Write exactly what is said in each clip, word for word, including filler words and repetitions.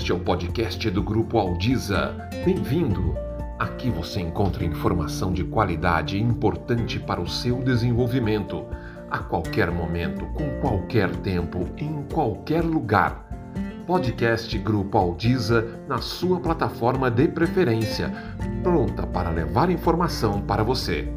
Este é o podcast do Grupo Aldiza. Bem-vindo! Aqui você encontra informação de qualidade importante para o seu desenvolvimento, a qualquer momento, com qualquer tempo, em qualquer lugar. Podcast Grupo Aldiza na sua plataforma de preferência, pronta para levar informação para você.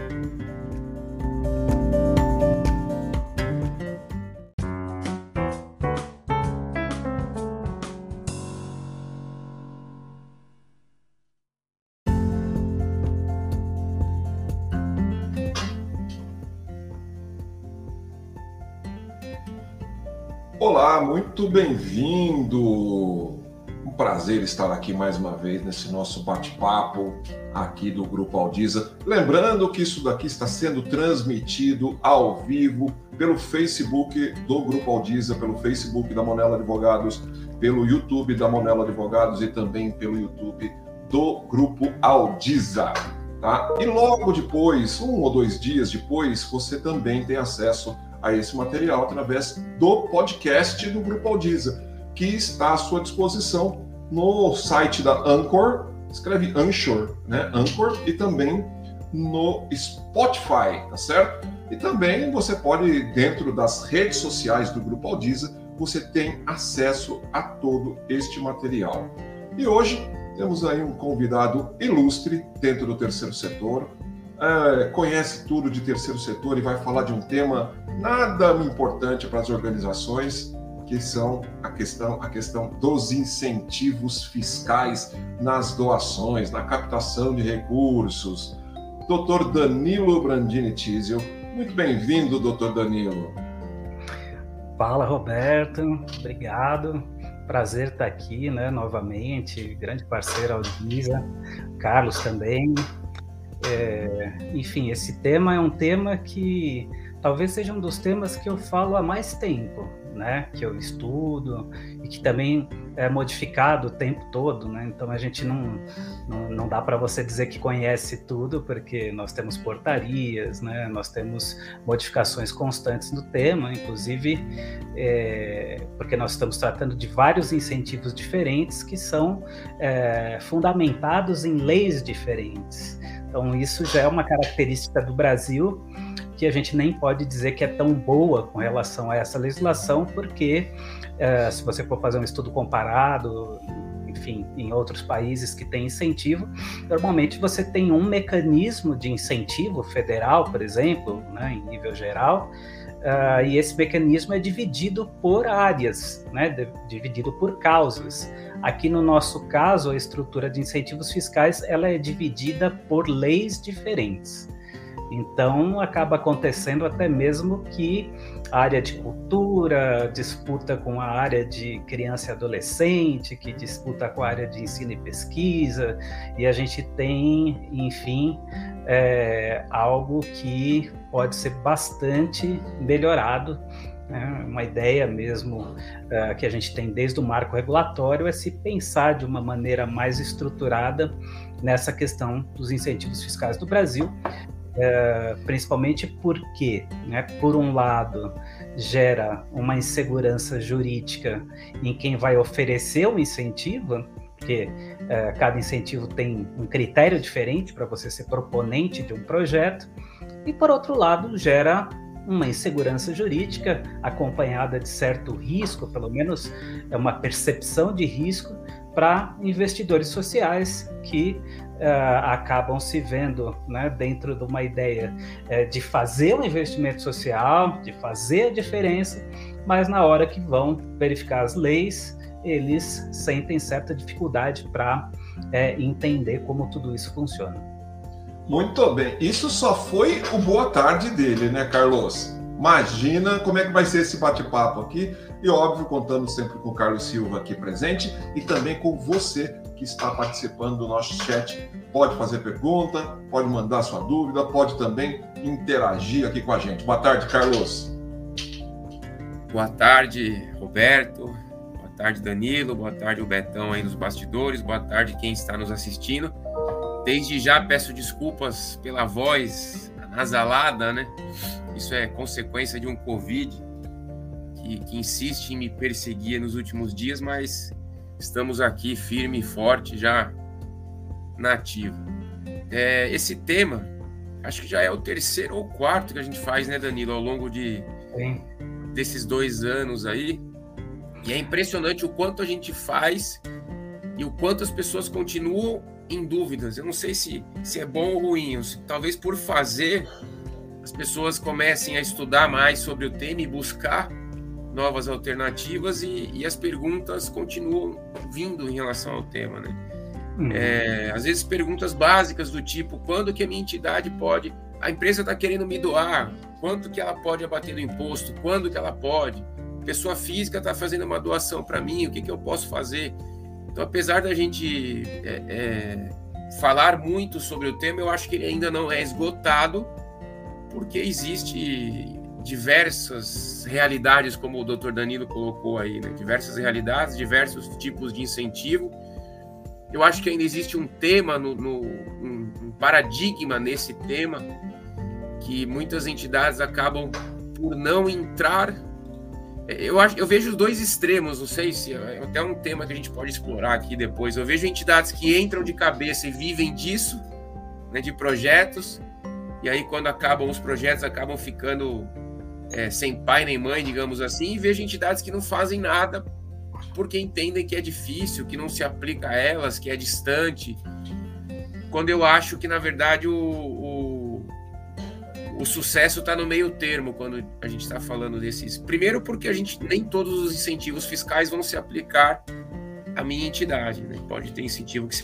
Olá, muito bem-vindo! Um prazer estar aqui mais uma vez nesse nosso bate-papo aqui do Grupo Aldiza. Lembrando que isso daqui está sendo transmitido ao vivo pelo Facebook do Grupo Aldiza, pelo Facebook da Monella Advogados, pelo YouTube da Monella Advogados e também pelo YouTube do Grupo Aldiza. Tá? E logo depois, um ou dois dias depois, você também tem acesso a esse material através do podcast do Grupo Aldiza, que está à sua disposição no site da Anchor, escreve Anchor, né? Anchor, e também no Spotify, tá certo? E também você pode, dentro das redes sociais do Grupo Aldiza, você tem acesso a todo este material. E hoje temos aí um convidado ilustre dentro do terceiro setor, é, conhece tudo de terceiro setor e vai falar de um tema nada importante para as organizações, que são a questão, a questão dos incentivos fiscais nas doações, na captação de recursos. doutor Danilo Brandini Tizio, muito bem-vindo, doutor Danilo. Fala, Roberto, obrigado. Prazer estar aqui, né, novamente, grande parceiro Aldiza, Carlos também. É, enfim, esse tema é um tema que talvez seja um dos temas que eu falo há mais tempo, né? Que eu estudo e que também é modificado o tempo todo, né? Então a gente não, não, não dá para você dizer que conhece tudo, porque nós temos portarias, né? Nós temos modificações constantes no tema, inclusive é, porque nós estamos tratando de vários incentivos diferentes que são é, fundamentados em leis diferentes. Então isso já é uma característica do Brasil, que a gente nem pode dizer que é tão boa com relação a essa legislação, porque uh, se você for fazer um estudo comparado, enfim, em outros países que têm incentivo, normalmente você tem um mecanismo de incentivo federal, por exemplo, né, em nível geral, uh, e esse mecanismo é dividido por áreas, né, de, dividido por causas. Aqui no nosso caso, a estrutura de incentivos fiscais ela é dividida por leis diferentes. Então, acaba acontecendo até mesmo que a área de cultura disputa com a área de criança e adolescente, que disputa com a área de ensino e pesquisa, e a gente tem, enfim, é, algo que pode ser bastante melhorado. É, uma ideia mesmo uh, que a gente tem desde o marco regulatório é se pensar de uma maneira mais estruturada nessa questão dos incentivos fiscais do Brasil, uh, principalmente porque, né, por um lado, gera uma insegurança jurídica em quem vai oferecer o incentivo, porque uh, cada incentivo tem um critério diferente para você ser proponente de um projeto, e por outro lado, gera uma insegurança jurídica acompanhada de certo risco, pelo menos é uma percepção de risco para investidores sociais que uh, acabam se vendo, né, dentro de uma ideia uh, de fazer um investimento social, de fazer a diferença, mas na hora que vão verificar as leis, eles sentem certa dificuldade para uh, entender como tudo isso funciona. Muito bem, isso só foi o boa tarde dele, né, Carlos? Imagina como é que vai ser esse bate-papo aqui, e óbvio, contando sempre com o Carlos Silva aqui presente, e também com você que está participando do nosso chat. Pode fazer pergunta, pode mandar sua dúvida, pode também interagir aqui com a gente. Boa tarde, Carlos. Boa tarde, Roberto. Boa tarde, Danilo. Boa tarde, o Betão aí nos bastidores. Boa tarde, quem está nos assistindo. Desde já peço desculpas pela voz anasalada, né? Isso é consequência de um Covid que, que insiste em me perseguir nos últimos dias, mas estamos aqui firme e forte, já na ativa. É, esse tema, acho que já é o terceiro ou quarto que a gente faz, né, Danilo, ao longo de, desses dois anos aí. E é impressionante o quanto a gente faz e o quanto as pessoas continuam em dúvidas. Eu não sei se, se é bom ou ruim, ou se, talvez por fazer as pessoas comecem a estudar mais sobre o tema e buscar novas alternativas, e, e as perguntas continuam vindo em relação ao tema, né? Uhum. É, às vezes perguntas básicas do tipo: quando que a minha entidade pode, a empresa está querendo me doar, quanto que ela pode abater do imposto, quando que ela pode, pessoa física está fazendo uma doação para mim, o que que eu posso fazer? Então, apesar da gente é, é, falar muito sobre o tema, eu acho que ele ainda não é esgotado, porque existe diversas realidades, como o doutor Danilo colocou aí, né? Diversas realidades, diversos tipos de incentivo. Eu acho que ainda existe um tema, no, no, um, um paradigma nesse tema, que muitas entidades acabam por não entrar. Eu, acho, eu vejo os dois extremos, não sei se é até um tema que a gente pode explorar aqui depois. Eu vejo entidades que entram de cabeça e vivem disso, né, de projetos, e aí quando acabam os projetos, acabam ficando é, sem pai nem mãe, digamos assim, e vejo entidades que não fazem nada porque entendem que é difícil, que não se aplica a elas, que é distante, quando eu acho que, na verdade, o, o, o sucesso está no meio termo, quando a gente está falando desses. Primeiro porque a gente, nem todos os incentivos fiscais vão se aplicar à minha entidade, né? Pode ter incentivo que se...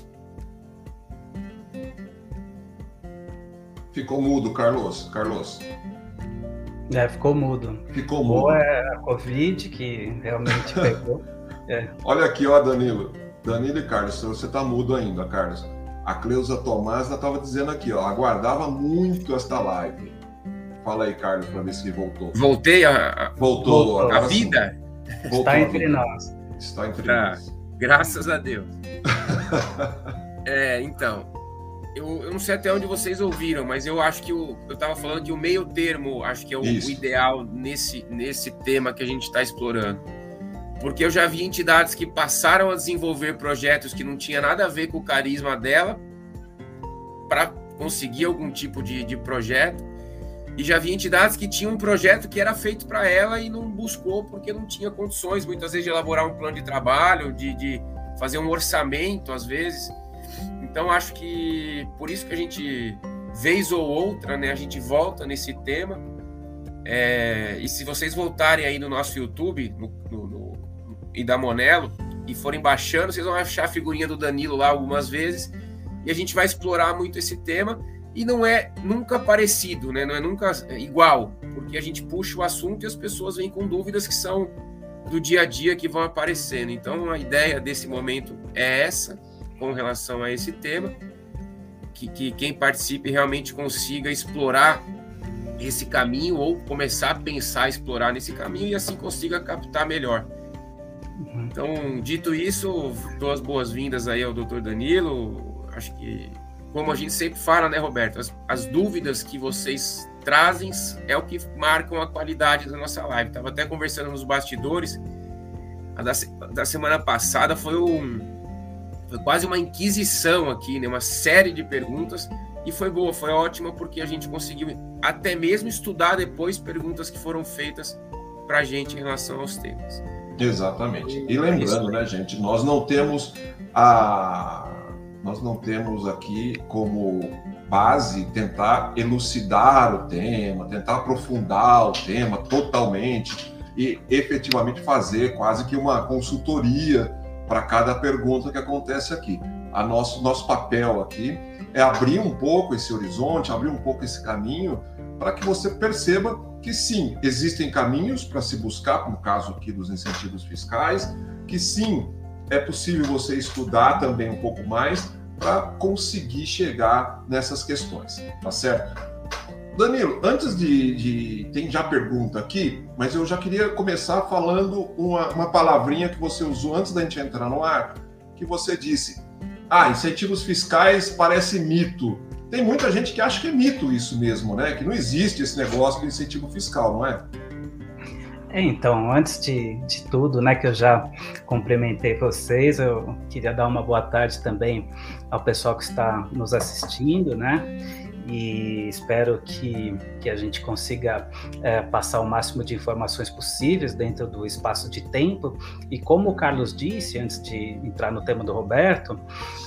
Ficou mudo, Carlos. Carlos. É, ficou mudo. Ficou mudo. Ou é a Covid que realmente pegou. É. Olha aqui, ó, Danilo. Danilo e Carlos, você tá mudo ainda, Carlos. A Cleusa Tomás estava dizendo aqui, ó, aguardava muito esta live. Fala aí, Carlos, para ver se ele voltou. Voltei a... Voltou. Voltou. A vida? Voltou Está a entre vida. nós. Está entre tá. nós. Graças a Deus. É, então... Eu, eu não sei até onde vocês ouviram, mas eu acho que o, eu estava falando que o meio termo, acho que é o, o ideal nesse, nesse tema que a gente está explorando. Porque eu já vi entidades que passaram a desenvolver projetos que não tinha nada a ver com o carisma dela para conseguir algum tipo de, de projeto. E já vi entidades que tinham um projeto que era feito para ela e não buscou porque não tinha condições, muitas vezes, de elaborar um plano de trabalho, de, de fazer um orçamento, às vezes. Então, acho que por isso que a gente, vez ou outra, né, a gente volta nesse tema. É, e se vocês voltarem aí no nosso YouTube, no, no, no Idamonelo, e forem baixando, vocês vão achar a figurinha do Danilo lá algumas vezes, e a gente vai explorar muito esse tema, e não é nunca parecido, né, não é nunca igual, porque a gente puxa o assunto e as pessoas vêm com dúvidas que são do dia a dia que vão aparecendo. Então, a ideia desse momento é essa, com relação a esse tema, que, que quem participe realmente consiga explorar esse caminho ou começar a pensar, explorar nesse caminho e assim consiga captar melhor. Uhum. Então, dito isso, dou as boas-vindas aí ao doutor Danilo. Acho que, como a gente sempre fala, né, Roberto, as, as dúvidas que vocês trazem é o que marcam a qualidade da nossa live. Estava até conversando nos bastidores, a da, da semana passada foi um Foi quase uma inquisição aqui, né? Uma série de perguntas, e foi boa, foi ótima, porque a gente conseguiu até mesmo estudar depois perguntas que foram feitas para a gente em relação aos temas. Exatamente. E lembrando, né, gente, nós não temos a... nós não temos aqui como base tentar elucidar o tema, tentar aprofundar o tema totalmente e efetivamente fazer quase que uma consultoria para cada pergunta que acontece aqui. A nosso, nosso papel aqui é abrir um pouco esse horizonte, abrir um pouco esse caminho, para que você perceba que sim, existem caminhos para se buscar, como o caso aqui dos incentivos fiscais, que sim, é possível você estudar também um pouco mais para conseguir chegar nessas questões, tá certo? Danilo, antes de, de... Tem já pergunta aqui, mas eu já queria começar falando uma, uma palavrinha que você usou antes da gente entrar no ar, que você disse, ah, incentivos fiscais parece mito. Tem muita gente que acha que é mito isso mesmo, né? Que não existe esse negócio de incentivo fiscal, não é? É, então, antes de, de tudo, né, que eu já cumprimentei vocês, eu queria dar uma boa tarde também ao pessoal que está nos assistindo, né, e espero que, que a gente consiga é, passar o máximo de informações possíveis dentro do espaço de tempo. E como o Carlos disse, antes de entrar no tema do Roberto,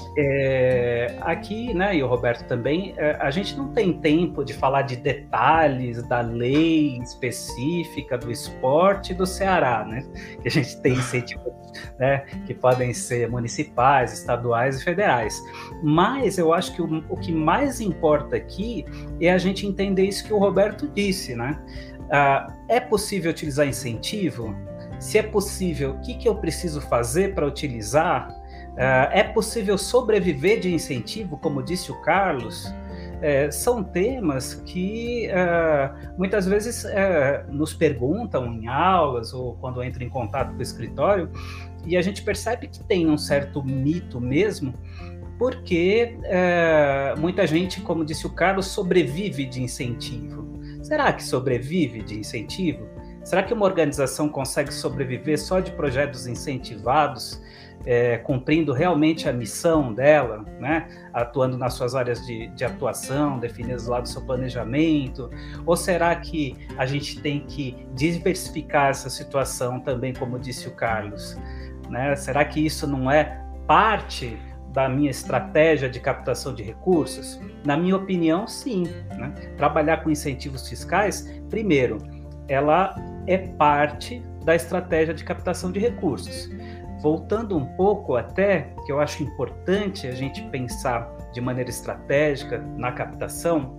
É, aqui, né, e o Roberto também, é, a gente não tem tempo de falar de detalhes da lei específica do esporte do Ceará, né, que a gente tem incentivos, né, que podem ser municipais, estaduais e federais, mas eu acho que o, o que mais importa aqui é a gente entender isso que o Roberto disse, né, ah, é possível utilizar incentivo? Se é possível, o que, que eu preciso fazer para utilizar? Uh, é possível sobreviver de incentivo, como disse o Carlos? Uh, são temas que uh, muitas vezes uh, nos perguntam em aulas ou quando entram em contato com o escritório, e a gente percebe que tem um certo mito mesmo, porque uh, muita gente, como disse o Carlos, sobrevive de incentivo. Será que sobrevive de incentivo? Será que uma organização consegue sobreviver só de projetos incentivados, É, cumprindo realmente a missão dela, né? Atuando nas suas áreas de, de atuação, definidas lá do seu planejamento? Ou será que a gente tem que diversificar essa situação também, como disse o Carlos, né? Será que isso não é parte da minha estratégia de captação de recursos? Na minha opinião, sim, né? Trabalhar com incentivos fiscais, primeiro, ela é parte da estratégia de captação de recursos. Voltando um pouco até, que eu acho importante a gente pensar de maneira estratégica na captação,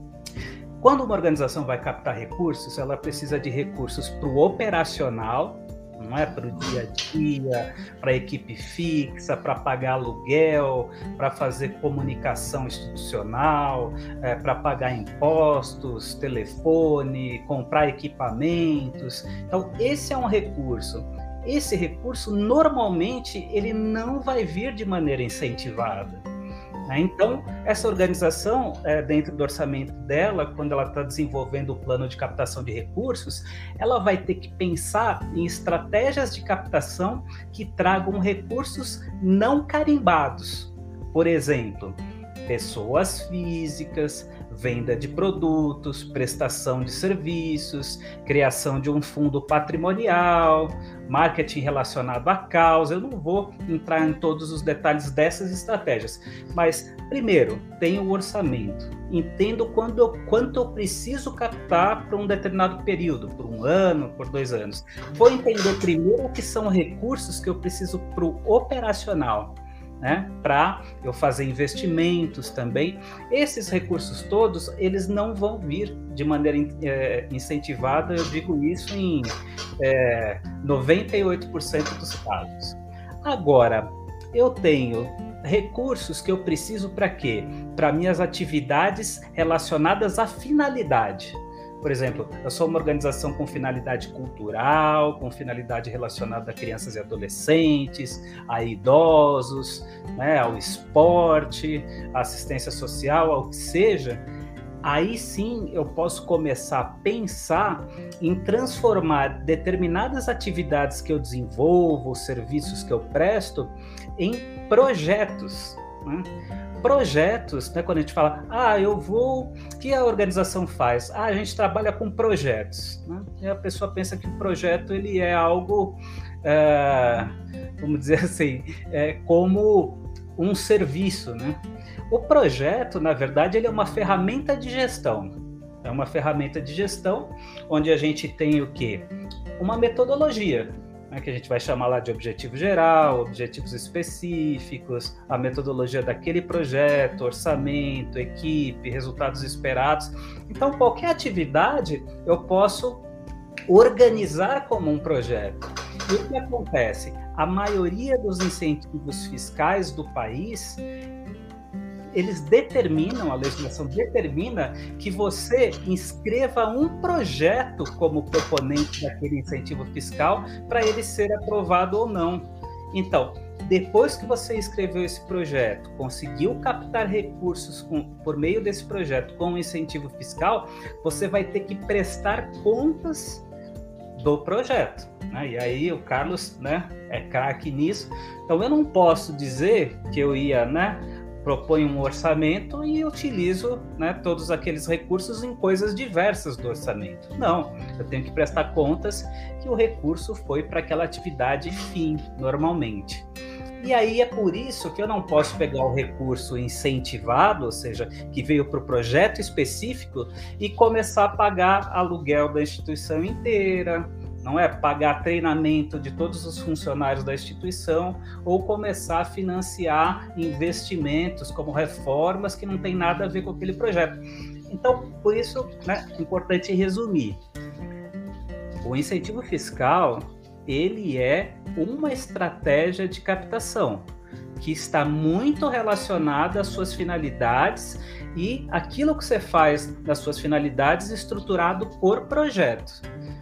quando uma organização vai captar recursos, ela precisa de recursos para o operacional, não é? Para o dia a dia, para a equipe fixa, para pagar aluguel, para fazer comunicação institucional, é, para pagar impostos, telefone, comprar equipamentos. Então, esse é um recurso. Esse recurso, normalmente, ele não vai vir de maneira incentivada, né? Então, essa organização, é, dentro do orçamento dela, quando ela está desenvolvendo o plano de captação de recursos, ela vai ter que pensar em estratégias de captação que tragam recursos não carimbados. Por exemplo, pessoas físicas, venda de produtos, prestação de serviços, criação de um fundo patrimonial, marketing relacionado à causa. Eu não vou entrar em todos os detalhes dessas estratégias, mas, primeiro, tenho o orçamento, entendo quando eu, quanto eu preciso captar para um determinado período, por um ano, por dois anos. Vou entender primeiro o que são recursos que eu preciso para o operacional, né, para eu fazer investimentos também. Esses recursos todos, eles não vão vir de maneira é, incentivada, eu digo isso em é, noventa e oito por cento dos casos. Agora, eu tenho recursos que eu preciso para quê? Para minhas atividades relacionadas à finalidade. Por exemplo, eu sou uma organização com finalidade cultural, com finalidade relacionada a crianças e adolescentes, a idosos, né, ao esporte, à assistência social, ao que seja. Aí sim eu posso começar a pensar em transformar determinadas atividades que eu desenvolvo, serviços que eu presto, em projetos, né? Projetos, né, quando a gente fala, ah, eu vou, o que a organização faz? Ah, a gente trabalha com projetos, né? E a pessoa pensa que o projeto ele é algo, é, vamos dizer assim, é como um serviço, né? O projeto, na verdade, ele é uma ferramenta de gestão. É uma ferramenta de gestão onde a gente tem o quê? Uma metodologia, né, que a gente vai chamar lá de objetivo geral, objetivos específicos, a metodologia daquele projeto, orçamento, equipe, resultados esperados. Então, qualquer atividade eu posso organizar como um projeto. E o que acontece? A maioria dos incentivos fiscais do país, eles determinam, a legislação determina que você inscreva um projeto como proponente daquele incentivo fiscal para ele ser aprovado ou não. Então, depois que você escreveu esse projeto, conseguiu captar recursos com, por meio desse projeto com o incentivo fiscal, você vai ter que prestar contas do projeto, né? E aí o Carlos, né, é craque nisso. Então eu não posso dizer que eu ia, né, propõe um orçamento e utilizo, né, todos aqueles recursos em coisas diversas do orçamento. Não, eu tenho que prestar contas que o recurso foi para aquela atividade fim, normalmente. E aí é por isso que eu não posso pegar o recurso incentivado, ou seja, que veio para o projeto específico, e começar a pagar aluguel da instituição inteira, não é? Pagar treinamento de todos os funcionários da instituição, ou começar a financiar investimentos como reformas que não tem nada a ver com aquele projeto. Então, por isso, né, é importante resumir. O incentivo fiscal, ele é uma estratégia de captação que está muito relacionada às suas finalidades e aquilo que você faz das suas finalidades estruturado por projeto.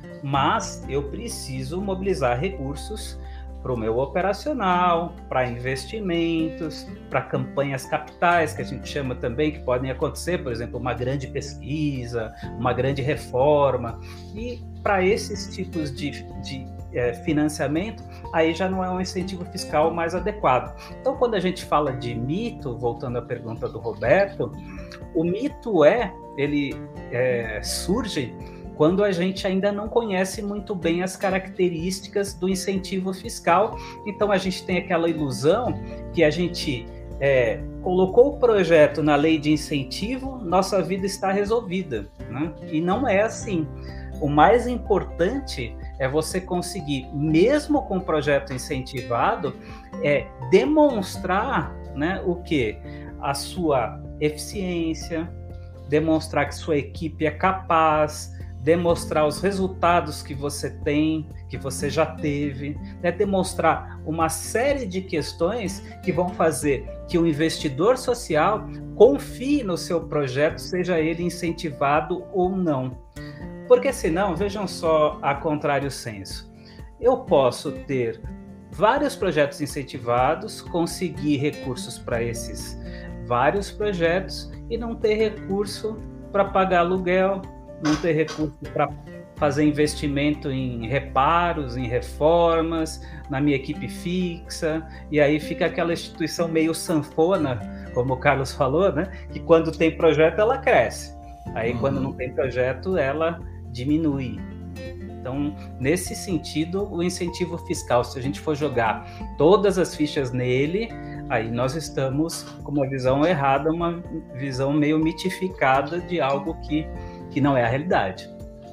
Mas eu preciso mobilizar recursos para o meu operacional, para investimentos, para campanhas capitais, que a gente chama também, que podem acontecer, por exemplo, uma grande pesquisa, uma grande reforma. E para esses tipos de, de é, financiamento, aí já não é um incentivo fiscal mais adequado. Então, quando a gente fala de mito, voltando à pergunta do Roberto, o mito é, ele é, surge quando a gente ainda não conhece muito bem as características do incentivo fiscal. Então a gente tem aquela ilusão que a gente é, colocou o projeto na lei de incentivo, nossa vida está resolvida, né? E não é assim. O mais importante é você conseguir, mesmo com o projeto incentivado, é demonstrar, né, o quê? A sua eficiência, demonstrar que sua equipe é capaz, demonstrar os resultados que você tem, que você já teve, né? Demonstrar uma série de questões que vão fazer que o investidor social confie no seu projeto, seja ele incentivado ou não. Porque senão, vejam só a contrário senso, eu posso ter vários projetos incentivados, conseguir recursos para esses vários projetos e não ter recurso para pagar aluguel, não ter recurso para fazer investimento em reparos, em reformas, na minha equipe fixa, e aí fica aquela instituição meio sanfona, como o Carlos falou, né? Que quando tem projeto ela cresce, aí uhum. quando não tem projeto ela diminui. Então, nesse sentido, o incentivo fiscal, se a gente for jogar todas as fichas nele, aí nós estamos com uma visão errada, uma visão meio mitificada de algo que que não é a realidade.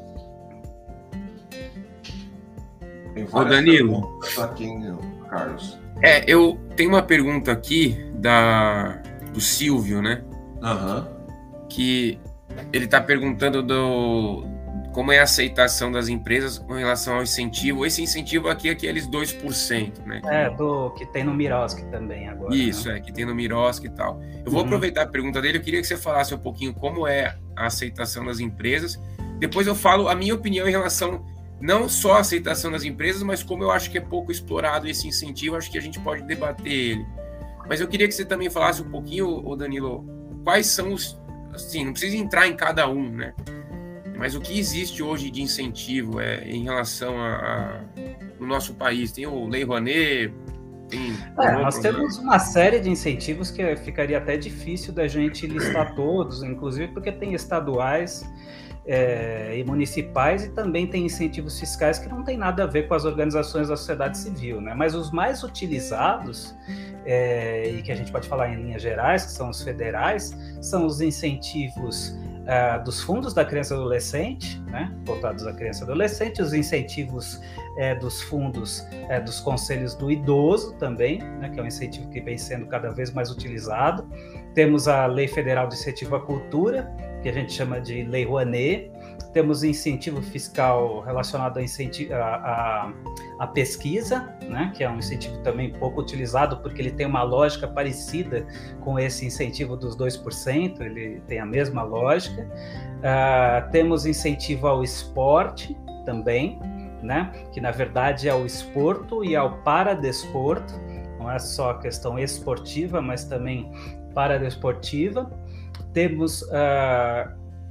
Tem várias Ô, Danilo, aqui, Carlos. É, eu tenho uma pergunta aqui da, do Silvio, né? Uhum. Que ele está perguntando do, como é a aceitação das empresas com relação ao incentivo. Esse incentivo aqui é aqueles dois por cento, né? É, do que tem no Miroski também agora. Isso, né? é, que tem no Miroski e tal. Eu vou uhum. aproveitar a pergunta dele, eu queria que você falasse um pouquinho como é a aceitação das empresas. Depois eu falo a minha opinião em relação, não só a aceitação das empresas, mas como eu acho que é pouco explorado esse incentivo, acho que a gente pode debater ele. Mas eu queria que você também falasse um pouquinho, ô Danilo, quais são os... Assim, não precisa entrar em cada um, né? Mas o que existe hoje de incentivo é, em relação a, a, no nosso país? Tem o Lei Rouanet, tem... É, nós temos uma série de incentivos que ficaria até difícil da gente listar todos, inclusive porque tem estaduais é, e municipais, e também tem incentivos fiscais que não tem nada a ver com as organizações da sociedade civil, né? Mas os mais utilizados, é, e que a gente pode falar em linhas gerais, que são os federais, são os incentivos Uh, dos fundos da criança e adolescente, né, voltados à criança e adolescente, os incentivos uh, dos fundos uh, dos conselhos do idoso também, né, que é um incentivo que vem sendo cada vez mais utilizado. Temos a Lei Federal de Incentivo à Cultura, que a gente chama de Lei Rouanet. Temos incentivo fiscal relacionado à incentivo, a, a, a pesquisa, né, que é um incentivo também pouco utilizado, porque ele tem uma lógica parecida com esse incentivo dos dois por cento, ele tem a mesma lógica. Uh, temos incentivo ao esporte também, né, que na verdade é ao esporto e ao paradesporto, não é só a questão esportiva, mas também paradesportiva. Temos... Uh,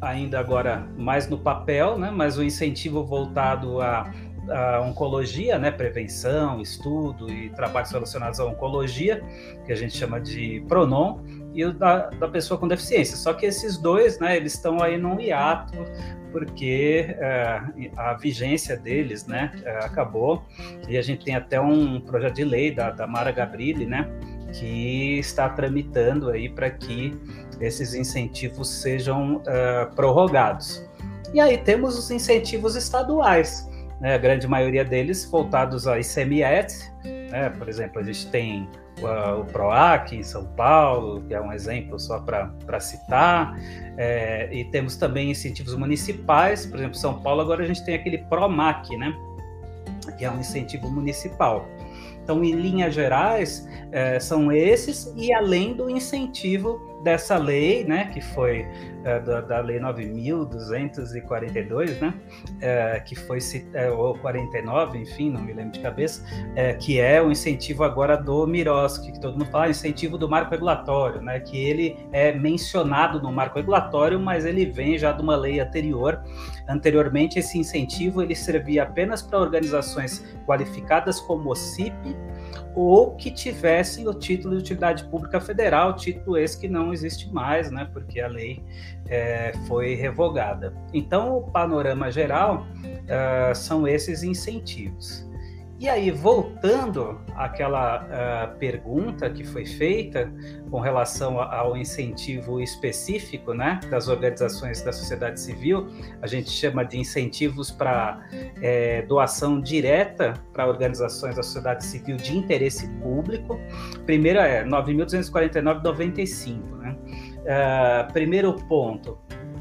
ainda agora mais no papel, né? Mas o incentivo voltado a a oncologia, né, prevenção, estudo e trabalhos relacionados à oncologia, que a gente chama de PRONON, e o da, da pessoa com deficiência. Só que esses dois, né, eles estão aí num hiato, porque é, a vigência deles, né, é, acabou, e a gente tem até um projeto de lei da, da Mara Gabrilli, né, que está tramitando aí para que esses incentivos sejam é, prorrogados. E aí temos os incentivos estaduais, né, a grande maioria deles voltados a I C M S, né, por exemplo, a gente tem uh, o PROAC em São Paulo, que é um exemplo só para citar, é, e temos também incentivos municipais, por exemplo, São Paulo agora a gente tem aquele PROMAC, né, que é um incentivo municipal. Então, em linhas gerais, é, são esses, e além do incentivo dessa lei, né, que foi é, da, da Lei nove mil duzentos e quarenta e dois, né, é, que foi, é, ou quarenta e nove, enfim, não me lembro de cabeça, é, que é o incentivo agora do Miroski, que todo mundo fala, incentivo do marco regulatório, né, que ele é mencionado no marco regulatório, mas ele vem já de uma lei anterior. Anteriormente, esse incentivo ele servia apenas para organizações qualificadas como o C I P, ou que tivessem o título de utilidade pública federal, título esse que não existe mais, né, porque a lei é, foi revogada. Então, o panorama geral uh, são esses incentivos. E aí, voltando àquela uh, pergunta que foi feita com relação ao incentivo específico, né, das organizações da sociedade civil, a gente chama de incentivos para é, doação direta para organizações da sociedade civil de interesse público. Primeiro é nove mil duzentos e quarenta e nove vírgula noventa e cinco. Né? Uh, primeiro ponto,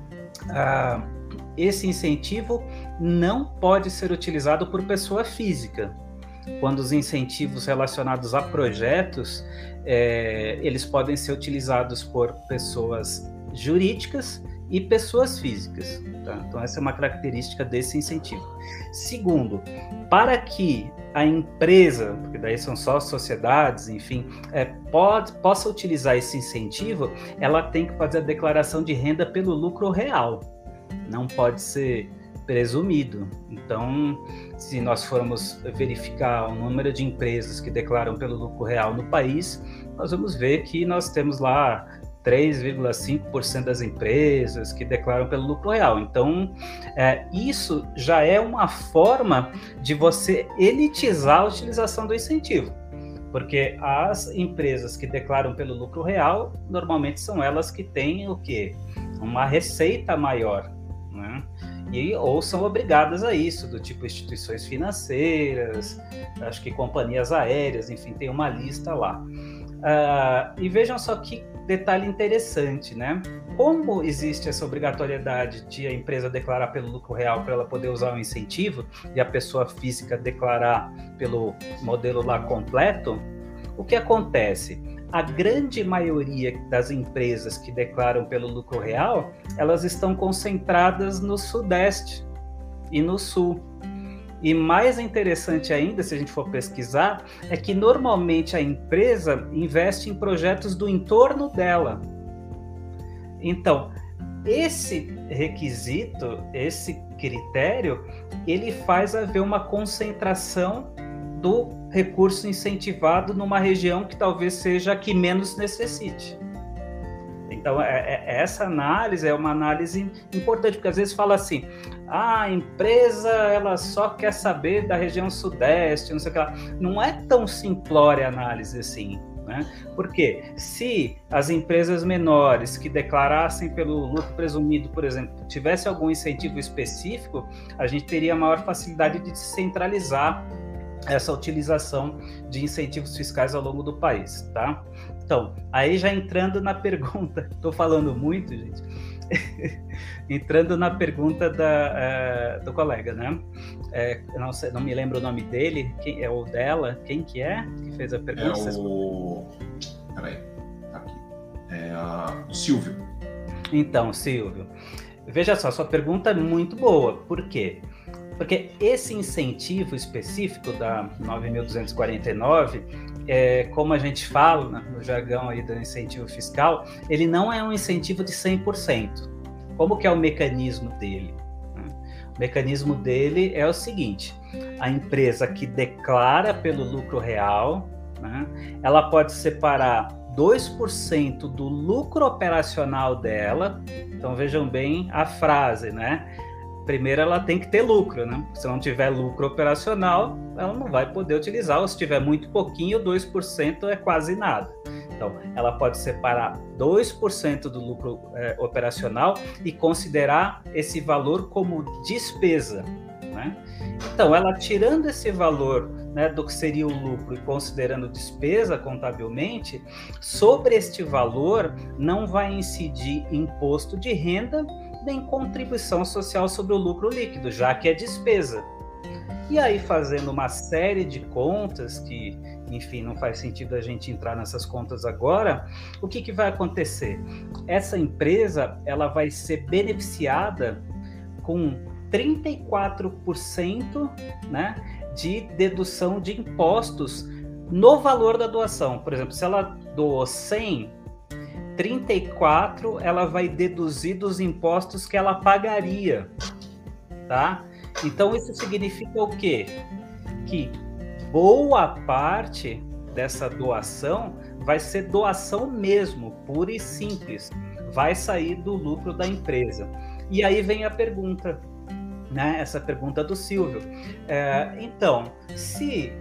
uh, esse incentivo não pode ser utilizado por pessoa física. Quando os incentivos relacionados a projetos, é, eles podem ser utilizados por pessoas jurídicas e pessoas físicas. Tá? Então, essa é uma característica desse incentivo. Segundo, para que a empresa, porque daí são só sociedades, enfim, é, pode, possa utilizar esse incentivo, ela tem que fazer a declaração de renda pelo lucro real. Não pode ser presumido. Então, se nós formos verificar o número de empresas que declaram pelo lucro real no país, nós vamos ver que nós temos lá três vírgula cinco por cento das empresas que declaram pelo lucro real. Então, é, isso já é uma forma de você elitizar a utilização do incentivo, porque as empresas que declaram pelo lucro real, normalmente são elas que têm o quê? Uma receita maior, né? E, ou são obrigadas a isso, do tipo instituições financeiras, acho que companhias aéreas, enfim, tem uma lista lá. Uh, e vejam só que detalhe interessante, né? Como existe essa obrigatoriedade de a empresa declarar pelo lucro real para ela poder usar o incentivo e a pessoa física declarar pelo modelo lá completo, o que acontece? A grande maioria das empresas que declaram pelo lucro real, elas estão concentradas no Sudeste e no Sul. E mais interessante ainda, se a gente for pesquisar, é que normalmente a empresa investe em projetos do entorno dela. Então, esse requisito, esse critério, ele faz haver uma concentração do recurso incentivado numa região que talvez seja a que menos necessite. Então, é, é, essa análise é uma análise importante, porque às vezes fala assim, ah, a empresa ela só quer saber da região sudeste, não sei o que lá. Não é tão simplória a análise assim, né? Porque se as empresas menores que declarassem pelo lucro presumido, por exemplo, tivesse algum incentivo específico, a gente teria maior facilidade de descentralizar essa utilização de incentivos fiscais ao longo do país, tá? Então, aí já entrando na pergunta, estou falando muito, gente, entrando na pergunta da, uh, do colega, né? É, não, sei, não me lembro o nome dele, quem é o dela, quem que é que fez a pergunta? É o... Peraí, tá aqui. É a... o Silvio. Então, Silvio, veja só, sua pergunta é muito boa, por quê? Porque esse incentivo específico da nove mil duzentos e quarenta e nove, é, como a gente fala no jargão aí do incentivo fiscal, ele não é um incentivo de cem por cento. Como que é o mecanismo dele? O mecanismo dele é o seguinte: a empresa que declara pelo lucro real, né, ela pode separar dois por cento do lucro operacional dela. Então vejam bem a frase, né? Primeiro ela tem que ter lucro, né? Se não tiver lucro operacional, ela não vai poder utilizar, ou se tiver muito pouquinho, dois por cento é quase nada. Então, ela pode separar dois por cento do lucro é, operacional e considerar esse valor como despesa, né? Então, ela tirando esse valor, né, do que seria o lucro e considerando despesa contabilmente, sobre este valor não vai incidir imposto de renda nem contribuição social sobre o lucro líquido, já que é despesa. E aí, fazendo uma série de contas que, enfim, não faz sentido a gente entrar nessas contas agora, o que, que vai acontecer? Essa empresa, ela vai ser beneficiada com trinta e quatro por cento, né, de dedução de impostos no valor da doação. Por exemplo, se ela doou cem, trinta e quatro ela vai deduzir dos impostos que ela pagaria, tá? Então, isso significa o quê? Que boa parte dessa doação vai ser doação mesmo, pura e simples. Vai sair do lucro da empresa. E aí vem a pergunta, né? Essa pergunta do Silvio. É, então, se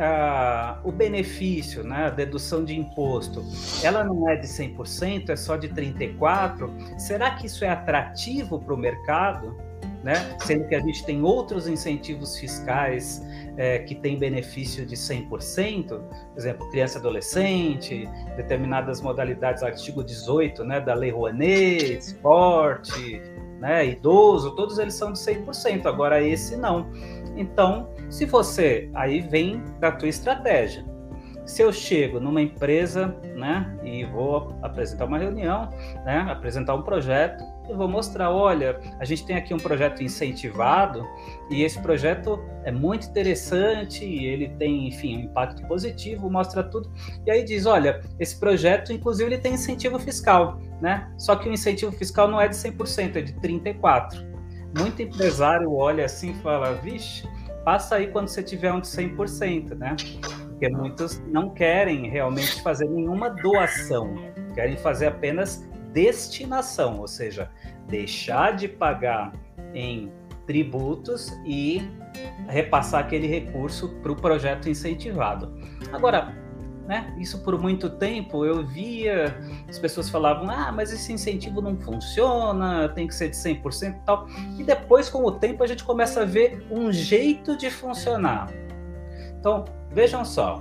uh, o benefício, né, a dedução de imposto, ela não é de cem por cento, é só de trinta e quatro por cento, será que isso é atrativo para o mercado? Né? Sendo que a gente tem outros incentivos fiscais é, que têm benefício de cem por cento, por exemplo, criança e adolescente, determinadas modalidades, artigo dezoito, né, da Lei Rouanet, esporte, né, idoso, todos eles são de cem por cento, agora esse não. Então, se você, aí vem da tua estratégia. Se eu chego numa empresa, né, e vou apresentar uma reunião, né, apresentar um projeto, eu vou mostrar, olha, a gente tem aqui um projeto incentivado e esse projeto é muito interessante e ele tem, enfim, um impacto positivo, mostra tudo. E aí diz, olha, esse projeto, inclusive, ele tem incentivo fiscal, né? Só que o incentivo fiscal não é de cem por cento, é de trinta e quatro por cento. Muito empresário olha assim e fala, vixe, passa aí quando você tiver um de cem por cento, né? Porque muitos não querem realmente fazer nenhuma doação, querem fazer apenas destinação, ou seja, deixar de pagar em tributos e repassar aquele recurso para o projeto incentivado. Agora, né, isso por muito tempo eu via, as pessoas falavam, ah, mas esse incentivo não funciona, tem que ser de cem por cento e tal, e depois com o tempo a gente começa a ver um jeito de funcionar. Então, vejam só,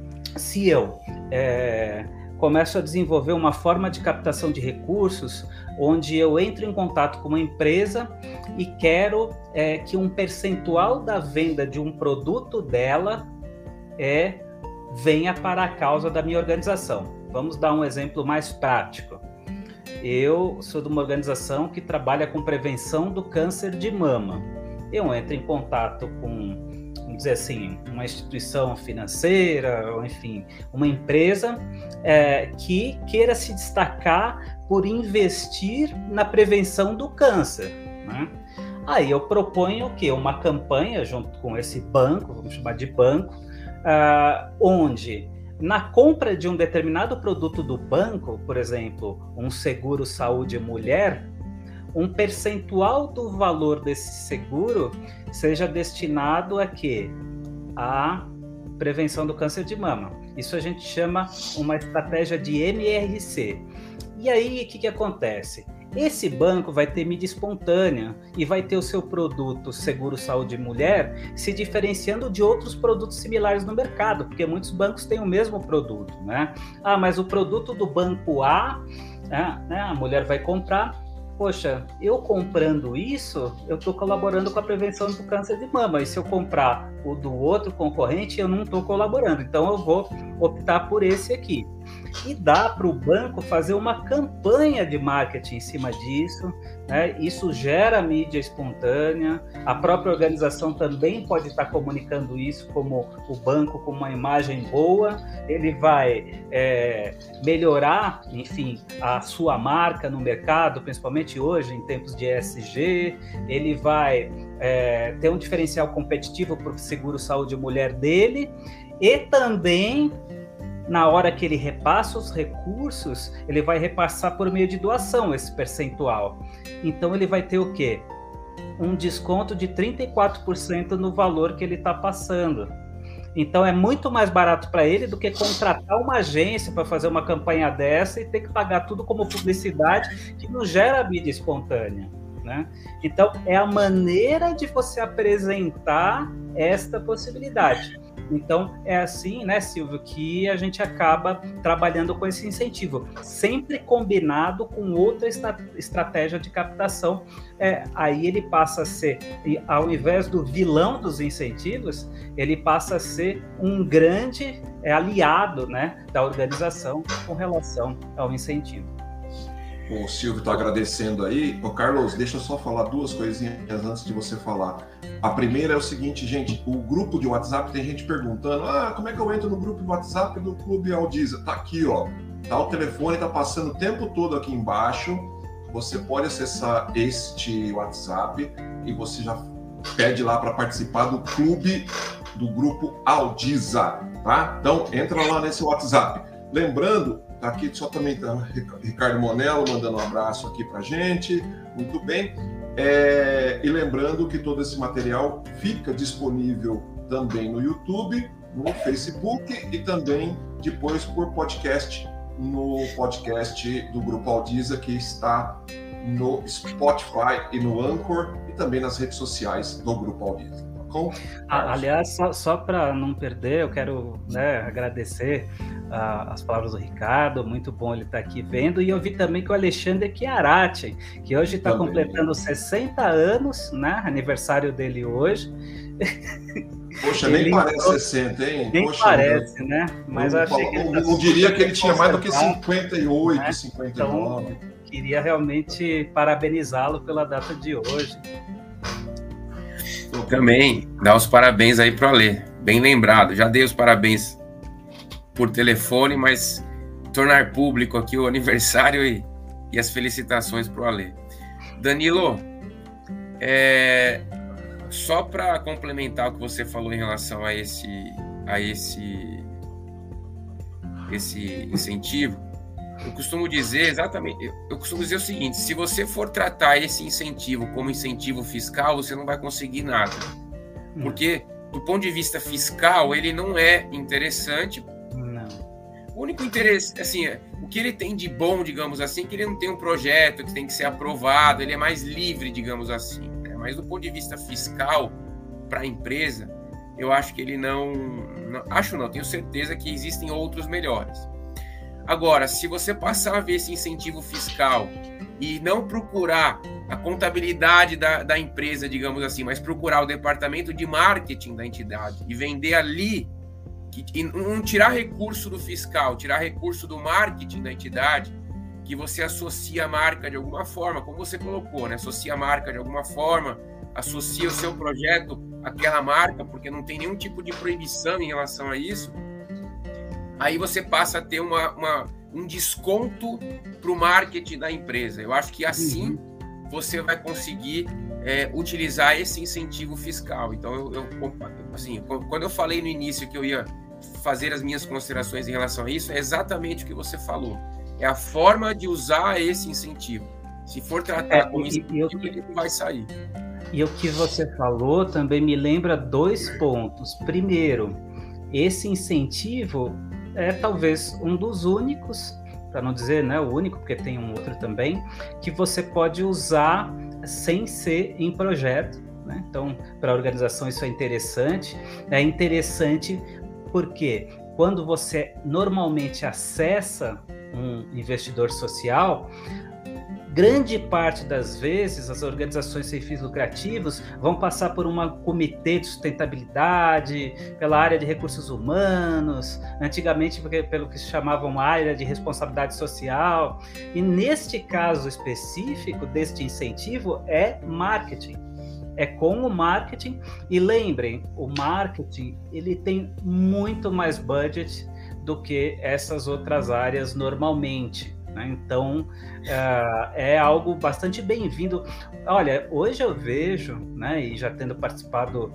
se eu é, começo a desenvolver uma forma de captação de recursos, onde eu entro em contato com uma empresa e quero é, que um percentual da venda de um produto dela é, venha para a causa da minha organização. Vamos dar um exemplo mais prático. Eu sou de uma organização que trabalha com prevenção do câncer de mama. Eu entro em contato com, vamos dizer assim, uma instituição financeira, ou enfim, uma empresa é, que queira se destacar por investir na prevenção do câncer, né? Aí eu proponho o quê? Uma campanha junto com esse banco, vamos chamar de banco, uh, onde na compra de um determinado produto do banco, por exemplo, um seguro saúde mulher, um percentual do valor desse seguro seja destinado a quê? A prevenção do câncer de mama. Isso a gente chama uma estratégia de M R C. E aí, o que, que acontece? Esse banco vai ter mídia espontânea e vai ter o seu produto Seguro Saúde Mulher se diferenciando de outros produtos similares no mercado, porque muitos bancos têm o mesmo produto, né? Ah, mas o produto do banco A, né, a mulher vai comprar. Poxa, eu comprando isso, eu estou colaborando com a prevenção do câncer de mama. E se eu comprar o do outro concorrente, eu não estou colaborando. Então, eu vou optar por esse aqui. E dá para o banco fazer uma campanha de marketing em cima disso, né? Isso gera mídia espontânea, a própria organização também pode estar comunicando isso como o banco com uma imagem boa, ele vai é, melhorar, enfim, a sua marca no mercado, principalmente hoje em tempos de E S G, ele vai é, ter um diferencial competitivo para o seguro-saúde mulher dele, e também na hora que ele repassa os recursos, ele vai repassar por meio de doação esse percentual. Então ele vai ter o quê? Um desconto de trinta e quatro por cento no valor que ele está passando. Então é muito mais barato para ele do que contratar uma agência para fazer uma campanha dessa e ter que pagar tudo como publicidade, que não gera mídia espontânea, né? Então é a maneira de você apresentar esta possibilidade. Então, é assim, né, Silvio, que a gente acaba trabalhando com esse incentivo, sempre combinado com outra estra- estratégia de captação. É, aí ele passa a ser, ao invés do vilão dos incentivos, ele passa a ser um grande é, aliado, né, da organização com relação ao incentivo. O Silvio está agradecendo aí. Ô, Carlos, deixa eu só falar duas coisinhas antes de você falar. A primeira é o seguinte, gente, o grupo de WhatsApp, tem gente perguntando, ah, como é que eu entro no grupo de WhatsApp do Clube Aldiza? Tá aqui, ó, tá o telefone, tá passando o tempo todo aqui embaixo, você pode acessar este WhatsApp e você já pede lá para participar do clube do grupo Aldiza, tá? Então, entra lá nesse WhatsApp. Lembrando, tá aqui só também tá Ricardo Monello mandando um abraço aqui pra gente, muito bem. É, e lembrando que todo esse material fica disponível também no YouTube, no Facebook e também depois por podcast, no podcast do Grupo Aldiza, que está no Spotify e no Anchor e também nas redes sociais do Grupo Aldiza. Tá? Ah, aliás, só, só para não perder, eu quero, né, agradecer uh, as palavras do Ricardo, muito bom ele estar aqui vendo, e eu vi também que o Alexandre Chiarati, que hoje está completando sessenta anos, né, aniversário dele hoje. Poxa, nem parece sessenta, hein? Nem Poxa, parece, eu, né? Mas eu achei que ele tá não diria que ele tinha mais do que cinquenta e oito, né? cinquenta e nove. Então, queria realmente parabenizá-lo pela data de hoje. Também dar os parabéns aí para o Alê, bem lembrado, já dei os parabéns por telefone, mas tornar público aqui o aniversário e, e as felicitações para o Alê. Danilo, é, só para complementar o que você falou em relação a esse, a esse, esse incentivo, eu costumo dizer exatamente, eu costumo dizer o seguinte: se você for tratar esse incentivo como incentivo fiscal, você não vai conseguir nada. Porque, do ponto de vista fiscal, ele não é interessante. Não. O único interesse, assim, o que ele tem de bom, digamos assim, é que ele não tem um projeto que tem que ser aprovado, ele é mais livre, digamos assim. Né? Mas, do ponto de vista fiscal, para a empresa, eu acho que ele não, não... Acho não, tenho certeza que existem outros melhores. Agora, se você passar a ver esse incentivo fiscal e não procurar a contabilidade da, da empresa, digamos assim, mas procurar o departamento de marketing da entidade e vender ali, que, e não tirar recurso do fiscal, tirar recurso do marketing da entidade, que você associa a marca de alguma forma, como você colocou, né? Associa a marca de alguma forma, associa o seu projeto àquela marca, porque não tem nenhum tipo de proibição em relação a isso. Aí você passa a ter uma, uma, um desconto para o marketing da empresa. Eu acho que assim uhum. você vai conseguir é, utilizar esse incentivo fiscal. Então, eu, eu, assim, quando eu falei no início que eu ia fazer as minhas considerações em relação a isso, é exatamente o que você falou. É a forma de usar esse incentivo. Se for tratar é, como incentivo, eu, ele não vai sair. E o que você falou também me lembra dois pontos. Primeiro, esse incentivo é talvez um dos únicos, para não dizer, né, o único, porque tem um outro também, que você pode usar sem ser em projeto, né? Então, para a organização isso é interessante. É interessante porque quando você normalmente acessa um investidor social, grande parte das vezes, as organizações sem fins lucrativos vão passar por um comitê de sustentabilidade, pela área de recursos humanos, antigamente pelo que se chamava uma área de responsabilidade social, e neste caso específico deste incentivo é marketing. É com o marketing, e lembrem, o marketing ele tem muito mais budget do que essas outras áreas normalmente, né? Então, uh, é algo bastante bem-vindo. Olha, hoje eu vejo, né, e já tendo participado,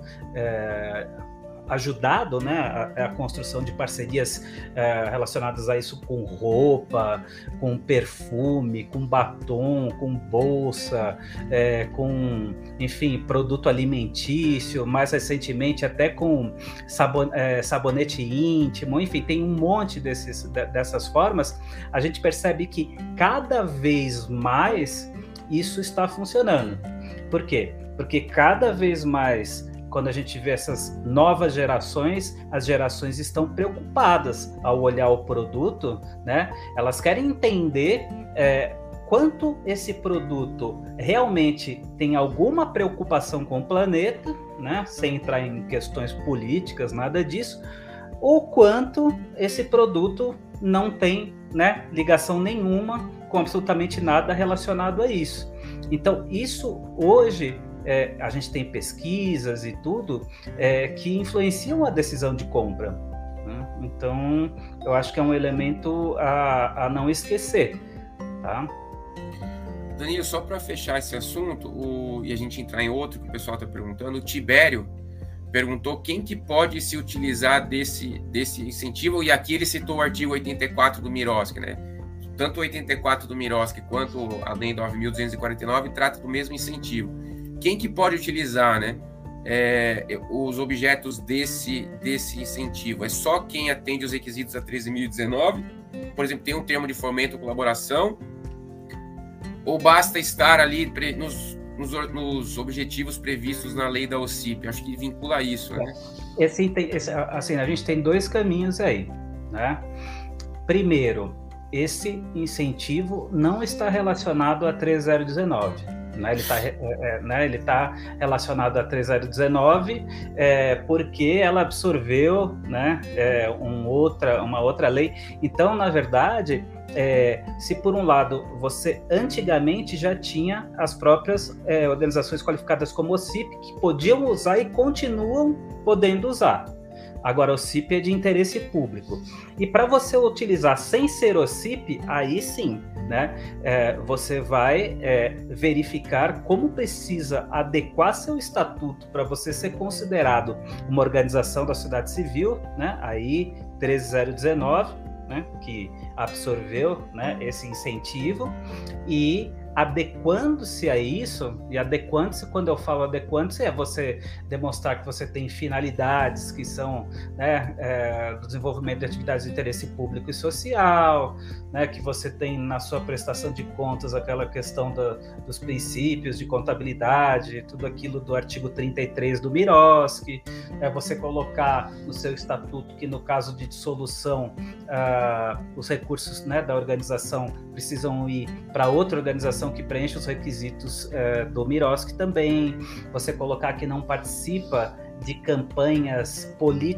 uh, ajudado, né, a, a construção de parcerias uh, relacionadas a isso com roupa, com perfume, com batom, com bolsa, uh, com, enfim, produto alimentício, mais recentemente até com sabon, uh, sabonete íntimo, enfim, tem um monte desses, dessas formas. A gente percebe que cada vez mais isso está funcionando. Por quê? Porque cada vez mais, quando a gente vê essas novas gerações, as gerações estão preocupadas ao olhar o produto, né? Elas querem entender é, quanto esse produto realmente tem alguma preocupação com o planeta, né? Sem entrar em questões políticas, nada disso, ou quanto esse produto não tem, né, ligação nenhuma com absolutamente nada relacionado a isso. Então, isso hoje... É, a gente tem pesquisas e tudo é, que influenciam a decisão de compra, né? Então, eu acho que é um elemento a, a não esquecer, tá? Danilo, só para fechar esse assunto o, e a gente entrar em outro que o pessoal está perguntando, o Tibério perguntou quem que pode se utilizar desse, desse incentivo, e aqui ele citou o artigo oitenta e quatro do Miroski, né? Tanto o oitenta e quatro do Miroski quanto a Lei nove mil duzentos e quarenta e nove trata do mesmo incentivo. Quem que pode utilizar, né, é, os objetos desse, desse incentivo? É só quem atende os requisitos da treze mil e dezenove? Por exemplo, tem um termo de fomento ou colaboração? Ou basta estar ali pre, nos, nos, nos objetivos previstos na lei da O C I P? Acho que vincula isso, né? Esse, esse, assim, a gente tem dois caminhos aí, né? Primeiro, esse incentivo não está relacionado a treze mil dezenove. Né, ele está é, né, ele tá relacionado a treze mil dezenove é, porque ela absorveu, né, é, um outra, uma outra lei. Então, na verdade, é, se por um lado você antigamente já tinha as próprias é, organizações qualificadas como O C I P que podiam usar e continuam podendo usar. Agora, o C I P é de interesse público. E para você utilizar sem ser o C I P, aí sim, né, é, você vai é, verificar como precisa adequar seu estatuto para você ser considerado uma organização da sociedade civil, né, aí treze mil dezenove, né, que absorveu, né, esse incentivo, e adequando-se a isso, e adequando-se, quando eu falo adequando-se, é você demonstrar que você tem finalidades que são, né, é, do desenvolvimento de atividades de interesse público e social, né, que você tem na sua prestação de contas aquela questão da, dos princípios de contabilidade, tudo aquilo do artigo trinta e três do Miroski, é você colocar no seu estatuto que no caso de dissolução, uh, os recursos, né, da organização precisam ir para outra organização que preenche os requisitos uh, do Miroski também, você colocar que não participa de campanhas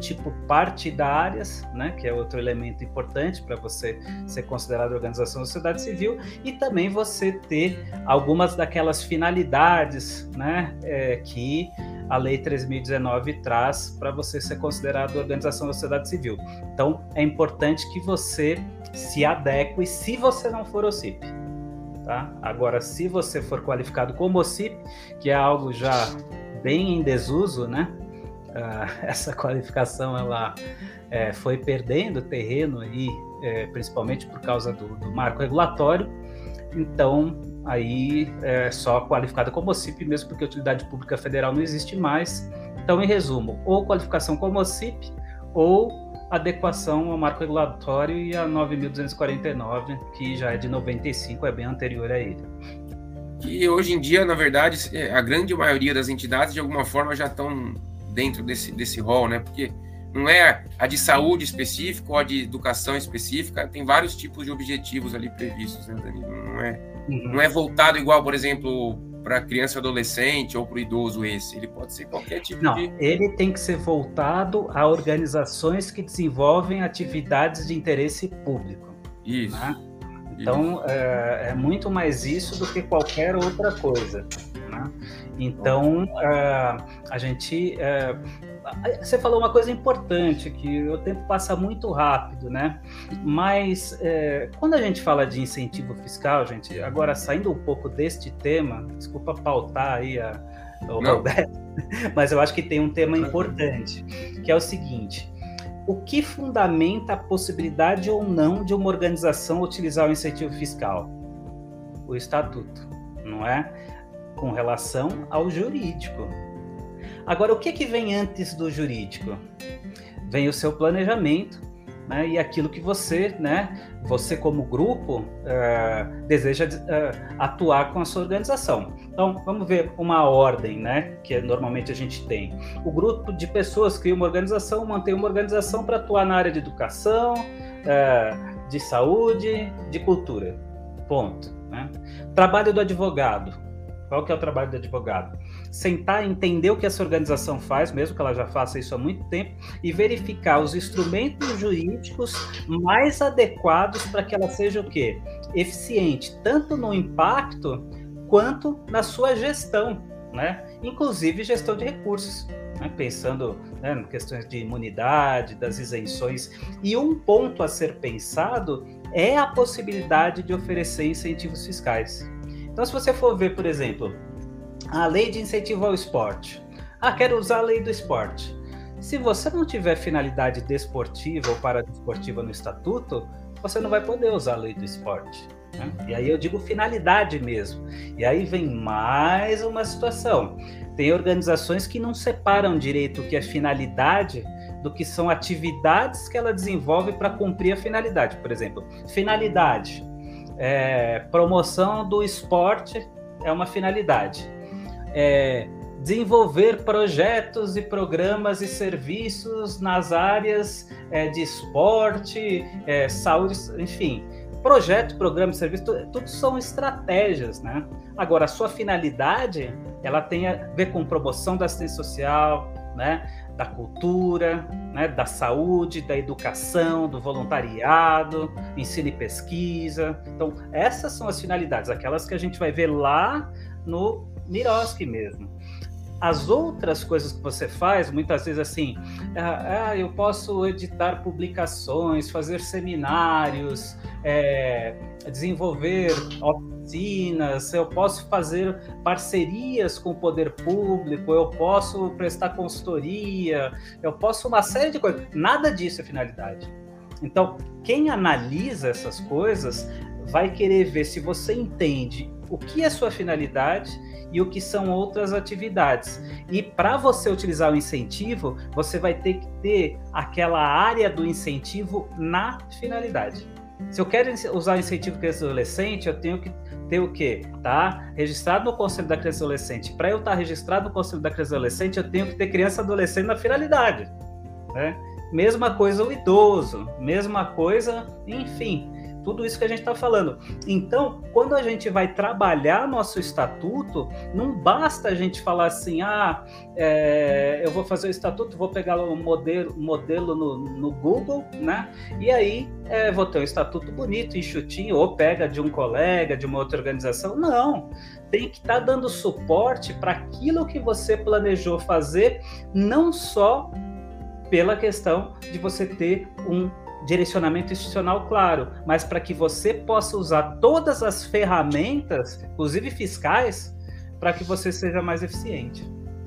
político-partidárias, né, que é outro elemento importante para você ser considerado organização da sociedade civil, e também você ter algumas daquelas finalidades, né, é, que a Lei treze mil e dezenove traz para você ser considerado organização da sociedade civil. Então, é importante que você se adeque se você não for O C I P. Tá? Agora, se você for qualificado como O C I P, que é algo já bem em desuso, né? Uh, essa qualificação ela é, foi perdendo terreno aí, é, principalmente por causa do, do marco regulatório. Então, aí é só qualificada como O C I P mesmo, porque a utilidade pública federal não existe mais. Então, em resumo, ou qualificação como O C I P, ou adequação ao marco regulatório e a nove mil duzentos e quarenta e nove, que já é de noventa e cinco, é bem anterior a ele. E hoje em dia, na verdade, a grande maioria das entidades, de alguma forma, já estão dentro desse, desse rol, né? Porque não é a de saúde específica ou a de educação específica, tem vários tipos de objetivos ali previstos, né, Danilo? Não é, uhum. não é voltado igual, por exemplo, para criança e adolescente ou para o idoso esse, ele pode ser qualquer tipo não, de... Não, ele tem que ser voltado a organizações que desenvolvem atividades de interesse público. Isso. Né? Então, isso. É, é muito mais isso do que qualquer outra coisa. Né? Então, é, a gente... É, você falou uma coisa importante, que o tempo passa muito rápido, né? Mas é, quando a gente fala de incentivo fiscal, gente, agora saindo um pouco deste tema, desculpa pautar aí a, o Roberto, mas eu acho que tem um tema importante, que é o seguinte: o que fundamenta a possibilidade ou não de uma organização utilizar o incentivo fiscal? O estatuto, não é? Com relação ao jurídico. Agora, o que, que vem antes do jurídico? Vem o seu planejamento, né, e aquilo que você, né, você como grupo, uh, deseja uh, atuar com a sua organização. Então, vamos ver uma ordem, né, que normalmente a gente tem. O grupo de pessoas cria uma organização, mantém uma organização para atuar na área de educação, uh, de saúde, de cultura. Ponto. Né? Trabalho do advogado. Qual que é o trabalho do advogado? Sentar, entender o que essa organização faz, mesmo que ela já faça isso há muito tempo, e verificar os instrumentos jurídicos mais adequados para que ela seja o quê? Eficiente, tanto no impacto quanto na sua gestão, né? Inclusive gestão de recursos, né? Pensando, né, em questões de imunidade, das isenções. E um ponto a ser pensado é a possibilidade de oferecer incentivos fiscais. Então, se você for ver, por exemplo, a lei de incentivo ao esporte. Ah, quero usar a lei do esporte. Se você não tiver finalidade desportiva ou paradesportiva no estatuto, você não vai poder usar a lei do esporte. Né? E aí eu digo finalidade mesmo. E aí vem mais uma situação. Tem organizações que não separam direito o que é finalidade do que são atividades que ela desenvolve para cumprir a finalidade. Por exemplo, finalidade. É, promoção do esporte é uma finalidade. É, desenvolver projetos e programas e serviços nas áreas é, de esporte, é, saúde, enfim. Projeto, programa e serviço, tudo, tudo são estratégias, né? Agora, a sua finalidade, ela tem a ver com promoção da assistência social, né? Da cultura, né, da saúde, da educação, do voluntariado, ensino e pesquisa. Então, essas são as finalidades, aquelas que a gente vai ver lá no Miroski mesmo. As outras coisas que você faz, muitas vezes assim, ah, eu posso editar publicações, fazer seminários, é, desenvolver oficinas, eu posso fazer parcerias com o poder público, eu posso prestar consultoria, eu posso uma série de coisas. Nada disso é finalidade. Então, quem analisa essas coisas vai querer ver se você entende o que é sua finalidade e o que são outras atividades. E para você utilizar o incentivo, você vai ter que ter aquela área do incentivo na finalidade. Se eu quero usar o incentivo criança e adolescente, eu tenho que ter o quê? Tá registrado no Conselho da Criança e Adolescente. Para eu estar registrado no Conselho da Criança e Adolescente, eu tenho que ter criança e adolescente na finalidade. Né? Mesma coisa o idoso, mesma coisa, enfim, tudo isso que a gente está falando. Então, quando a gente vai trabalhar nosso estatuto, não basta a gente falar assim, ah, é, eu vou fazer o estatuto, vou pegar o modelo, modelo no, no Google, né? E aí é, vou ter um estatuto bonito, enxutinho, ou pega de um colega, de uma outra organização. Não, tem que estar tá dando suporte para aquilo que você planejou fazer, não só pela questão de você ter um direcionamento institucional claro, mas para que você possa usar todas as ferramentas, inclusive fiscais, para que você seja mais eficiente.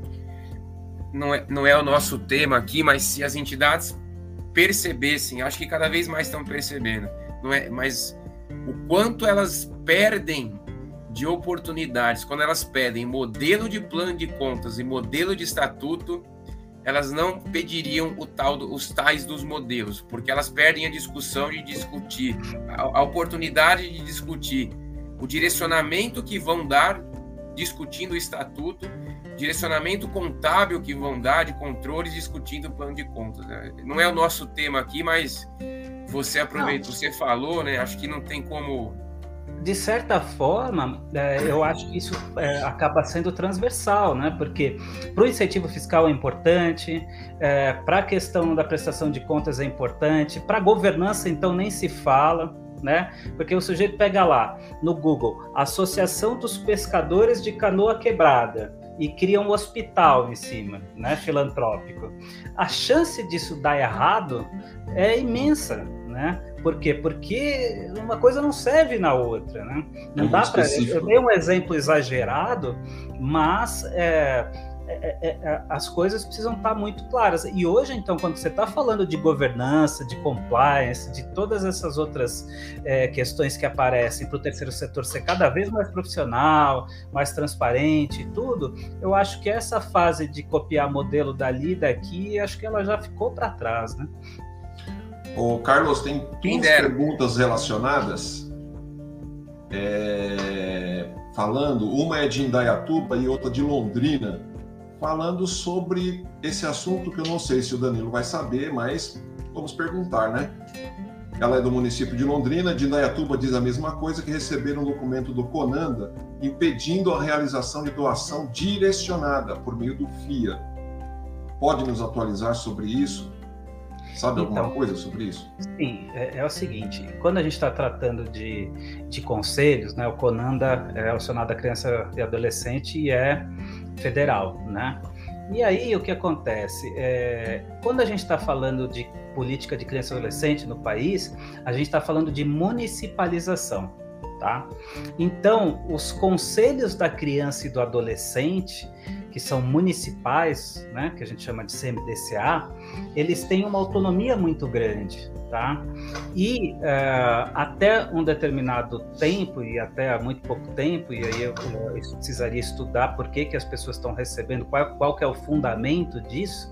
Não é, não é o nosso tema aqui, mas se as entidades percebessem, acho que cada vez mais estão percebendo, não é, mas o quanto elas perdem de oportunidades, quando elas pedem modelo de plano de contas e modelo de estatuto, elas não pediriam o tal, os tais dos modelos, porque elas perdem a discussão de discutir, a, a oportunidade de discutir o direcionamento que vão dar discutindo o estatuto, direcionamento contábil que vão dar de controles, discutindo o plano de contas, né? Não é o nosso tema aqui, mas você aproveitou, você falou, né? Acho que não tem como... De certa forma, é, eu acho que isso é, acaba sendo transversal, né? Porque para o incentivo fiscal é importante, é, para a questão da prestação de contas é importante, para a governança, então, nem se fala, né? Porque o sujeito pega lá no Google, Associação dos Pescadores de Canoa Quebrada, e cria um hospital em cima, né? Filantrópico. A chance disso dar errado é imensa, né? Por quê? Porque uma coisa não serve na outra, né? Não é dá para. Eu dei um exemplo exagerado, mas é, é, é, as coisas precisam estar muito claras. E hoje, então, quando você está falando de governança, de compliance, de todas essas outras é, questões que aparecem para o terceiro setor ser cada vez mais profissional, mais transparente e tudo, eu acho que essa fase de copiar modelo dali e daqui, acho que ela já ficou para trás, né? Ô, Carlos, tem duas perguntas relacionadas, é, falando, uma é de Indaiatuba e outra de Londrina, falando sobre esse assunto que eu não sei se o Danilo vai saber, mas vamos perguntar, né? Ela é do município de Londrina, de Indaiatuba diz a mesma coisa, que receberam um documento do CONANDA impedindo a realização de doação direcionada por meio do F I A. Pode nos atualizar sobre isso? Sabe alguma então, coisa sobre isso? Sim, é, é o seguinte, quando a gente está tratando de, de conselhos, né, o CONANDA é relacionado à criança e adolescente e é federal, né? E aí o que acontece? É, quando a gente está falando de política de criança e adolescente no país, a gente está falando de municipalização, tá? Então, os conselhos da criança e do adolescente, que são municipais, né, que a gente chama de C M D C A, eles têm uma autonomia muito grande, tá? E uh, até um determinado tempo, e até há muito pouco tempo, e aí eu, eu precisaria estudar por que, que as pessoas estão recebendo, qual, qual que é o fundamento disso,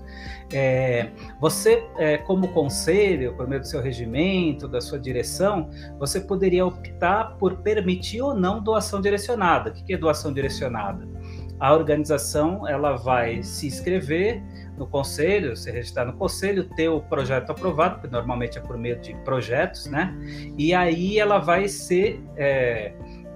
é, você, é, como conselho, por meio do seu regimento, da sua direção, você poderia optar por permitir ou não doação direcionada. O que é doação direcionada? A organização ela vai se inscrever no conselho, se registrar no conselho, ter o projeto aprovado, que normalmente é por meio de projetos, né? E aí ela vai ser, é,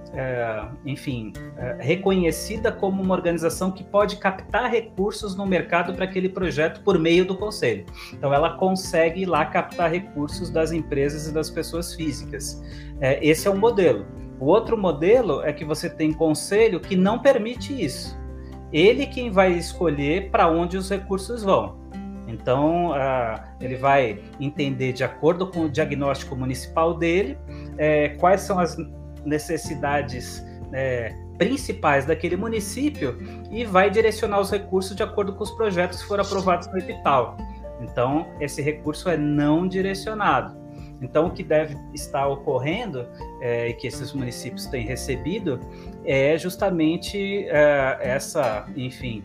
é, enfim, é, reconhecida como uma organização que pode captar recursos no mercado para aquele projeto por meio do conselho. Então ela consegue ir lá captar recursos das empresas e das pessoas físicas. É, esse é um modelo. O outro modelo é que você tem conselho que não permite isso. Ele quem vai escolher para onde os recursos vão. Então, uh, ele vai entender, de acordo com o diagnóstico municipal dele, é, quais são as necessidades é, principais daquele município e vai direcionar os recursos de acordo com os projetos que foram aprovados no edital. Então, esse recurso é não direcionado. Então, o que deve estar ocorrendo, é, e que esses municípios têm recebido, é justamente é, essa, enfim,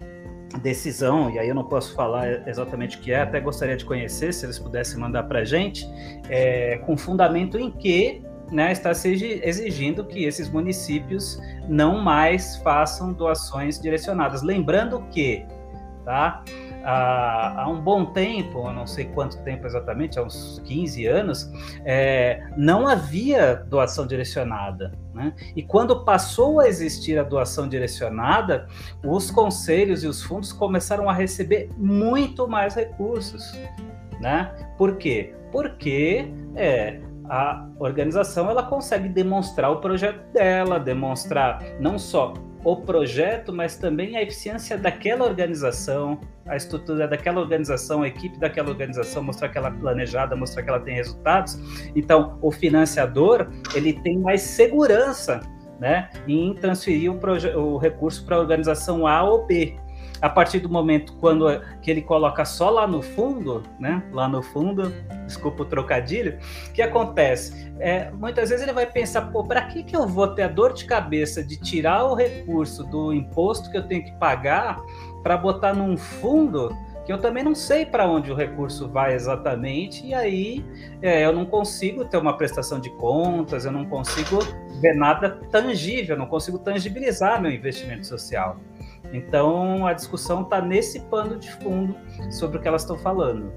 decisão, e aí eu não posso falar exatamente o que é, até gostaria de conhecer, se eles pudessem mandar para a gente, é, com fundamento em que, né, está se exigindo que esses municípios não mais façam doações direcionadas. Lembrando que, tá? Há, há um bom tempo, eu não sei quanto tempo exatamente, há uns quinze anos, é, não havia doação direcionada, né? E quando passou a existir a doação direcionada, os conselhos e os fundos começaram a receber muito mais recursos, né? Por quê? Porque é, a organização ela consegue demonstrar o projeto dela, demonstrar não só o projeto, mas também a eficiência daquela organização, a estrutura daquela organização, a equipe daquela organização, mostrar que ela é planejada, mostrar que ela tem resultados. Então, o financiador, ele tem mais segurança, né, em transferir o, proje- o recurso para a organização A ou B. A partir do momento quando que ele coloca só lá no fundo, né? Lá no fundo, desculpa o trocadilho, o que acontece? É, muitas vezes ele vai pensar, pô, para que, que eu vou ter a dor de cabeça de tirar o recurso do imposto que eu tenho que pagar para botar num fundo que eu também não sei para onde o recurso vai exatamente, e aí é, eu não consigo ter uma prestação de contas, eu não consigo ver nada tangível, eu não consigo tangibilizar meu investimento social. Então, a discussão está nesse pano de fundo sobre o que elas estão falando.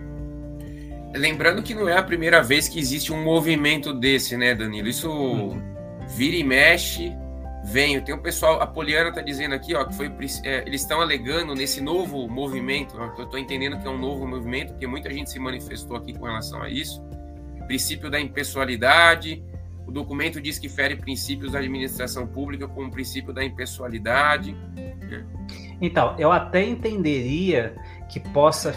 Lembrando que não é a primeira vez que existe um movimento desse, né, Danilo? Isso hum. vira e mexe, vem. Tem um pessoal, a Poliana está dizendo aqui, ó, que foi, é, eles estão alegando nesse novo movimento, ó, eu estou entendendo que é um novo movimento, porque muita gente se manifestou aqui com relação a isso, princípio da impessoalidade. O documento diz que fere princípios da administração pública como o princípio da impessoalidade. Então, eu até entenderia que possa,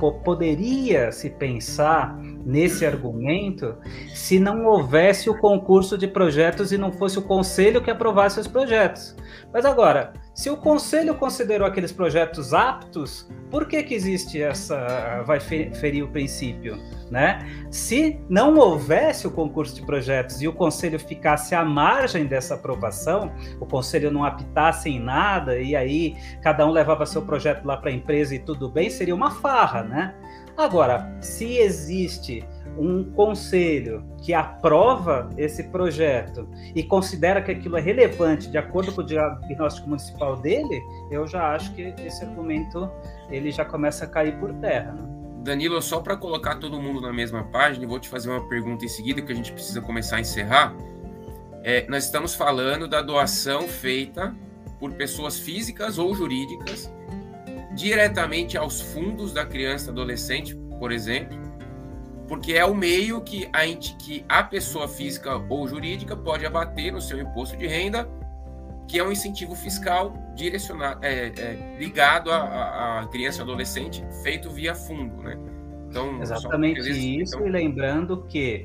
poderia se pensar nesse argumento se não houvesse o concurso de projetos e não fosse o conselho que aprovasse os projetos. Mas agora, se o conselho considerou aqueles projetos aptos, por que que existe essa, vai ferir o princípio, né? Se não houvesse o concurso de projetos e o conselho ficasse à margem dessa aprovação, o conselho não apitasse em nada e aí cada um levava seu projeto lá para a empresa e tudo bem, seria uma farra, né? Agora, se existe um conselho que aprova esse projeto e considera que aquilo é relevante de acordo com o diagnóstico municipal dele, eu já acho que esse argumento ele já começa a cair por terra, né? Danilo, só para colocar todo mundo na mesma página, eu vou te fazer uma pergunta em seguida que a gente precisa começar a encerrar. É, nós estamos falando da doação feita por pessoas físicas ou jurídicas diretamente aos fundos da criança e adolescente, por exemplo, porque é o meio que a, que a pessoa física ou jurídica pode abater no seu imposto de renda, que é um incentivo fiscal direcionado, é, é, ligado à criança e adolescente, feito via fundo, né? Então, exatamente vezes, isso, então... e lembrando que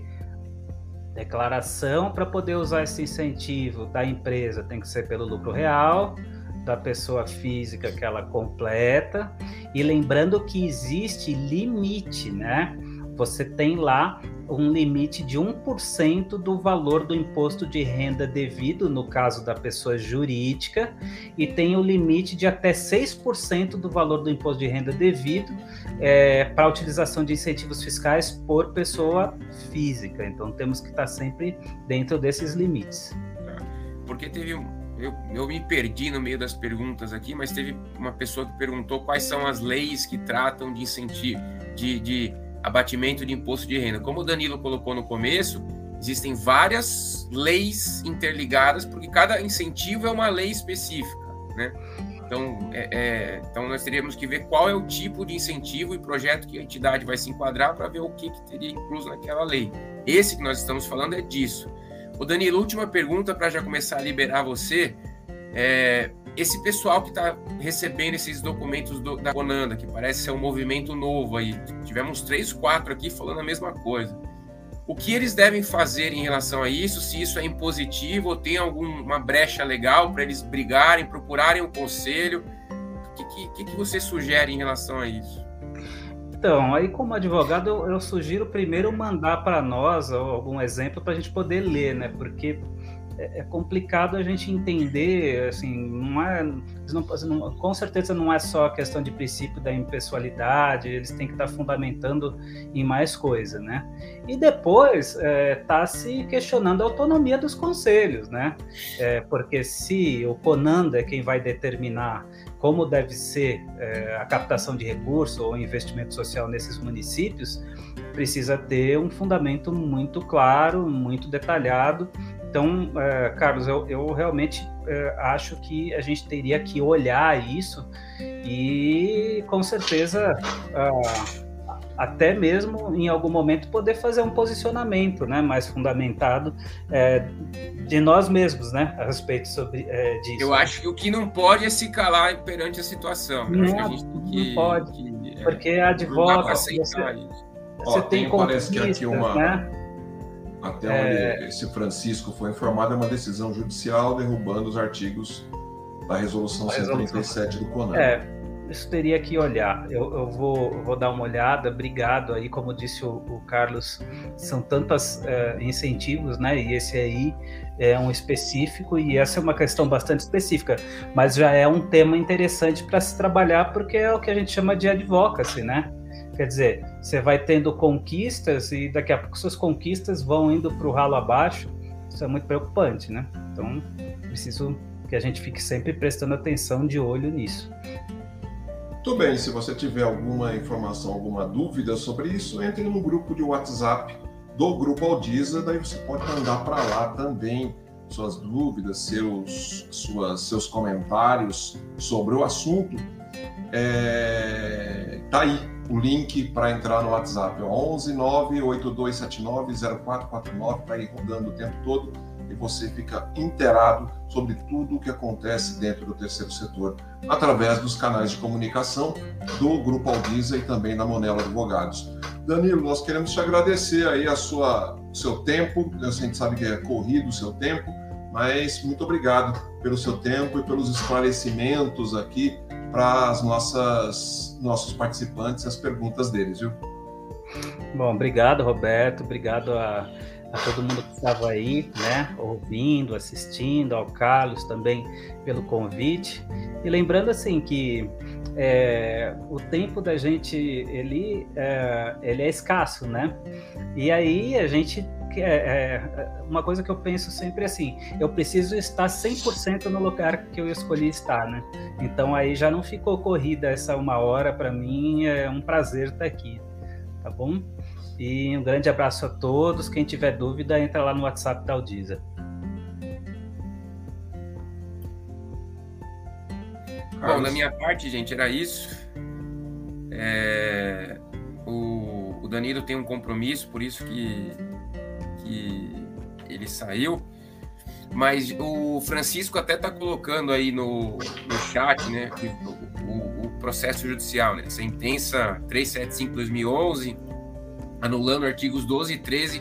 declaração para poder usar esse incentivo da empresa tem que ser pelo lucro real, da pessoa física que ela completa, e lembrando que existe limite, né? Você tem lá um limite de um por cento do valor do imposto de renda devido, no caso da pessoa jurídica, e tem o limite de até seis por cento do valor do imposto de renda devido é, para a utilização de incentivos fiscais por pessoa física. Então, temos que estar sempre dentro desses limites. Porque teve um... Eu, eu me perdi no meio das perguntas aqui, mas teve uma pessoa que perguntou quais são as leis que tratam de incentivo, de... de abatimento de imposto de renda. Como o Danilo colocou no começo, existem várias leis interligadas, porque cada incentivo é uma lei específica, né? Então, é, é, então nós teríamos que ver qual é o tipo de incentivo e projeto que a entidade vai se enquadrar para ver o que, que teria incluso naquela lei. Esse que nós estamos falando é disso. O Danilo, última pergunta para já começar a liberar você. É, esse pessoal que está recebendo esses documentos do, da Conanda, que parece ser um movimento novo aí, tivemos três, quatro aqui falando a mesma coisa. O que eles devem fazer em relação a isso, se isso é impositivo ou tem alguma brecha legal para eles brigarem, procurarem um conselho? O que, que, que você sugere em relação a isso? Então, aí como advogado, eu, eu sugiro primeiro mandar para nós algum exemplo para a gente poder ler, né? Porque é complicado a gente entender, assim, não é, não, com certeza não é só a questão de princípio da impessoalidade, eles têm que estar fundamentando em mais coisa, né? E depois está é, tá se questionando a autonomia dos conselhos, né? É, porque se o Conanda é quem vai determinar como deve ser é, a captação de recursos ou investimento social nesses municípios, precisa ter um fundamento muito claro, muito detalhado. Então, é, Carlos, eu, eu realmente é, acho que a gente teria que olhar isso e, com certeza, é, até mesmo em algum momento poder fazer um posicionamento, né, mais fundamentado é, de nós mesmos, né, a respeito sobre, é, disso. Eu acho que o que não pode é se calar perante a situação. Não, acho que a gente tem que, não pode, que, porque é, advoga, você, você Ó, tem, tem parece que aqui uma... né? Até onde é... esse Francisco foi informado, é uma decisão judicial derrubando os artigos da resolução cento e trinta e sete do CONAN. É, isso teria que olhar. Eu, eu vou, vou dar uma olhada. Obrigado aí, como disse o, o Carlos, são tantos uh, incentivos, né? E esse aí é um específico, e essa é uma questão bastante específica, mas já é um tema interessante para se trabalhar, porque é o que a gente chama de advocacy, né? Quer dizer, você vai tendo conquistas e daqui a pouco suas conquistas vão indo para o ralo abaixo. Isso é muito preocupante, né? Então, preciso que a gente fique sempre prestando atenção, de olho nisso. Tudo bem, se você tiver alguma informação, alguma dúvida sobre isso, entre no grupo de WhatsApp do Grupo Aldiza, daí você pode mandar para lá também suas dúvidas, seus, suas, seus comentários sobre o assunto. É... Tá aí o link para entrar no WhatsApp, onze nove oito dois sete nove zero quatro quatro nove, está aí rodando o tempo todo e você fica inteirado sobre tudo o que acontece dentro do terceiro setor através dos canais de comunicação do Grupo Aldiza e também da Monello Advogados. Danilo, nós queremos te agradecer aí a sua, o seu tempo, a gente sabe que é corrido o seu tempo, mas muito obrigado pelo seu tempo e pelos esclarecimentos aqui para as nossas nossos participantes, as perguntas deles, viu? Bom, obrigado, Roberto, obrigado a, a todo mundo que estava aí, né, ouvindo, assistindo, ao Carlos também pelo convite, e lembrando assim que é, o tempo da gente, ele é, ele é escasso, né, e aí a gente É, é, uma coisa que eu penso sempre assim, eu preciso estar cem por cento no lugar que eu escolhi estar, né? Então aí já não ficou corrida essa uma hora, para mim é um prazer estar aqui, tá bom? E um grande abraço a todos, quem tiver dúvida, entra lá no WhatsApp da Aldiza. Bom, da minha parte, gente, era isso. É, o, o Danilo tem um compromisso, por isso que que ele saiu, mas o Francisco até está colocando aí no, no chat, né, o, o, o processo judicial, né, sentença trezentos e setenta e cinco de dois mil e onze, anulando artigos doze e treze,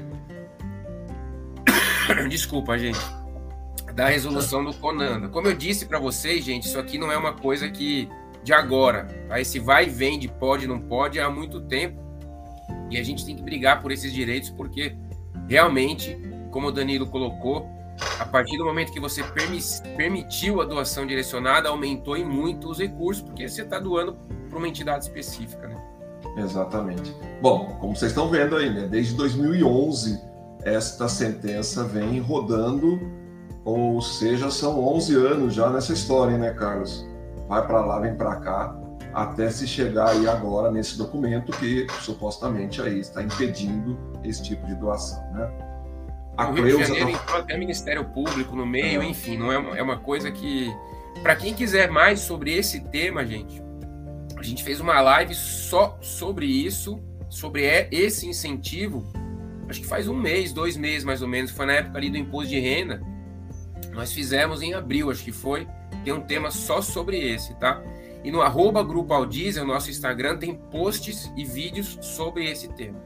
desculpa, gente, da resolução do CONANDA. Como eu disse para vocês, gente, isso aqui não é uma coisa que de agora, tá? Esse vai e vem de pode, não pode há muito tempo, e a gente tem que brigar por esses direitos, porque realmente, como o Danilo colocou, a partir do momento que você permitiu a doação direcionada, aumentou em muito os recursos, porque você está doando para uma entidade específica, né? Exatamente. Bom, como vocês estão vendo aí, né? Desde dois mil e onze, esta sentença vem rodando, ou seja, são onze anos já nessa história, né, Carlos? Vai para lá, vem para cá, até se chegar aí agora nesse documento que supostamente aí está impedindo esse tipo de doação, né? A o Rio de Janeiro tá... entrou até Ministério Público no meio, é. Enfim, não é uma, é uma coisa que, para quem quiser mais sobre esse tema, gente, a gente fez uma live só sobre isso, sobre esse incentivo, acho que faz um mês, dois meses mais ou menos, foi na época ali do imposto de renda, nós fizemos em abril, acho que foi, tem um tema só sobre esse, tá? E no arroba Grupo Aldiza, o nosso Instagram, tem posts e vídeos sobre esse tema.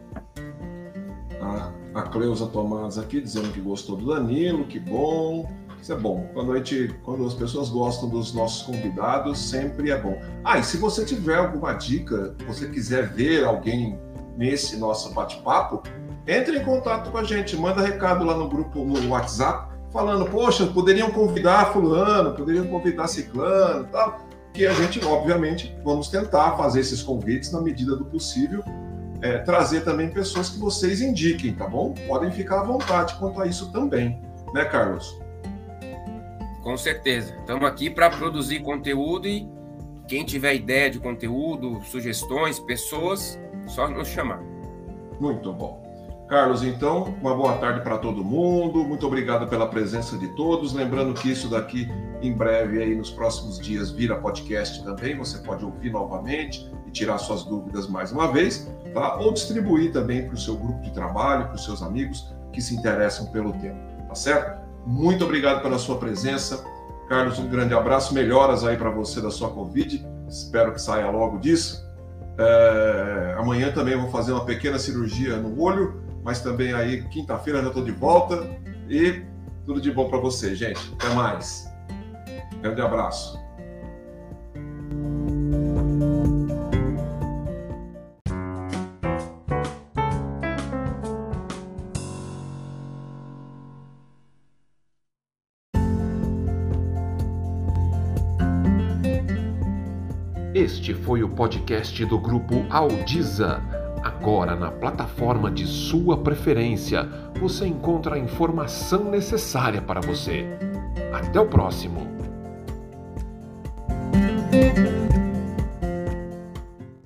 Ah, a Cleusa Tomás aqui dizendo que gostou do Danilo, que bom. Isso é bom. Quando, a gente, quando as pessoas gostam dos nossos convidados, sempre é bom. Ah, e se você tiver alguma dica, você quiser ver alguém nesse nosso bate-papo, entre em contato com a gente, manda recado lá no grupo, no WhatsApp, falando, poxa, poderiam convidar fulano, poderiam convidar ciclano e tal. Que a gente, obviamente, vamos tentar fazer esses convites na medida do possível, é, trazer também pessoas que vocês indiquem, tá bom? Podem ficar à vontade quanto a isso também, né, Carlos? Com certeza. Estamos aqui para produzir conteúdo e quem tiver ideia de conteúdo, sugestões, pessoas, só nos chamar. Muito bom. Carlos, então, uma boa tarde para todo mundo. Muito obrigado pela presença de todos. Lembrando que isso daqui, em breve, aí nos próximos dias, vira podcast também. Você pode ouvir novamente e tirar suas dúvidas mais uma vez, tá? Ou distribuir também para o seu grupo de trabalho, para os seus amigos que se interessam pelo tema, tá certo? Muito obrigado pela sua presença. Carlos, um grande abraço. Melhoras aí para você da sua Covid. Espero que saia logo disso. É... Amanhã também eu vou fazer uma pequena cirurgia no olho, mas também aí, quinta-feira, já estou de volta. E tudo de bom para você, gente. Até mais. Grande abraço. Este foi o podcast do Grupo Aldiza. Agora, na plataforma de sua preferência, você encontra a informação necessária para você. Até o próximo!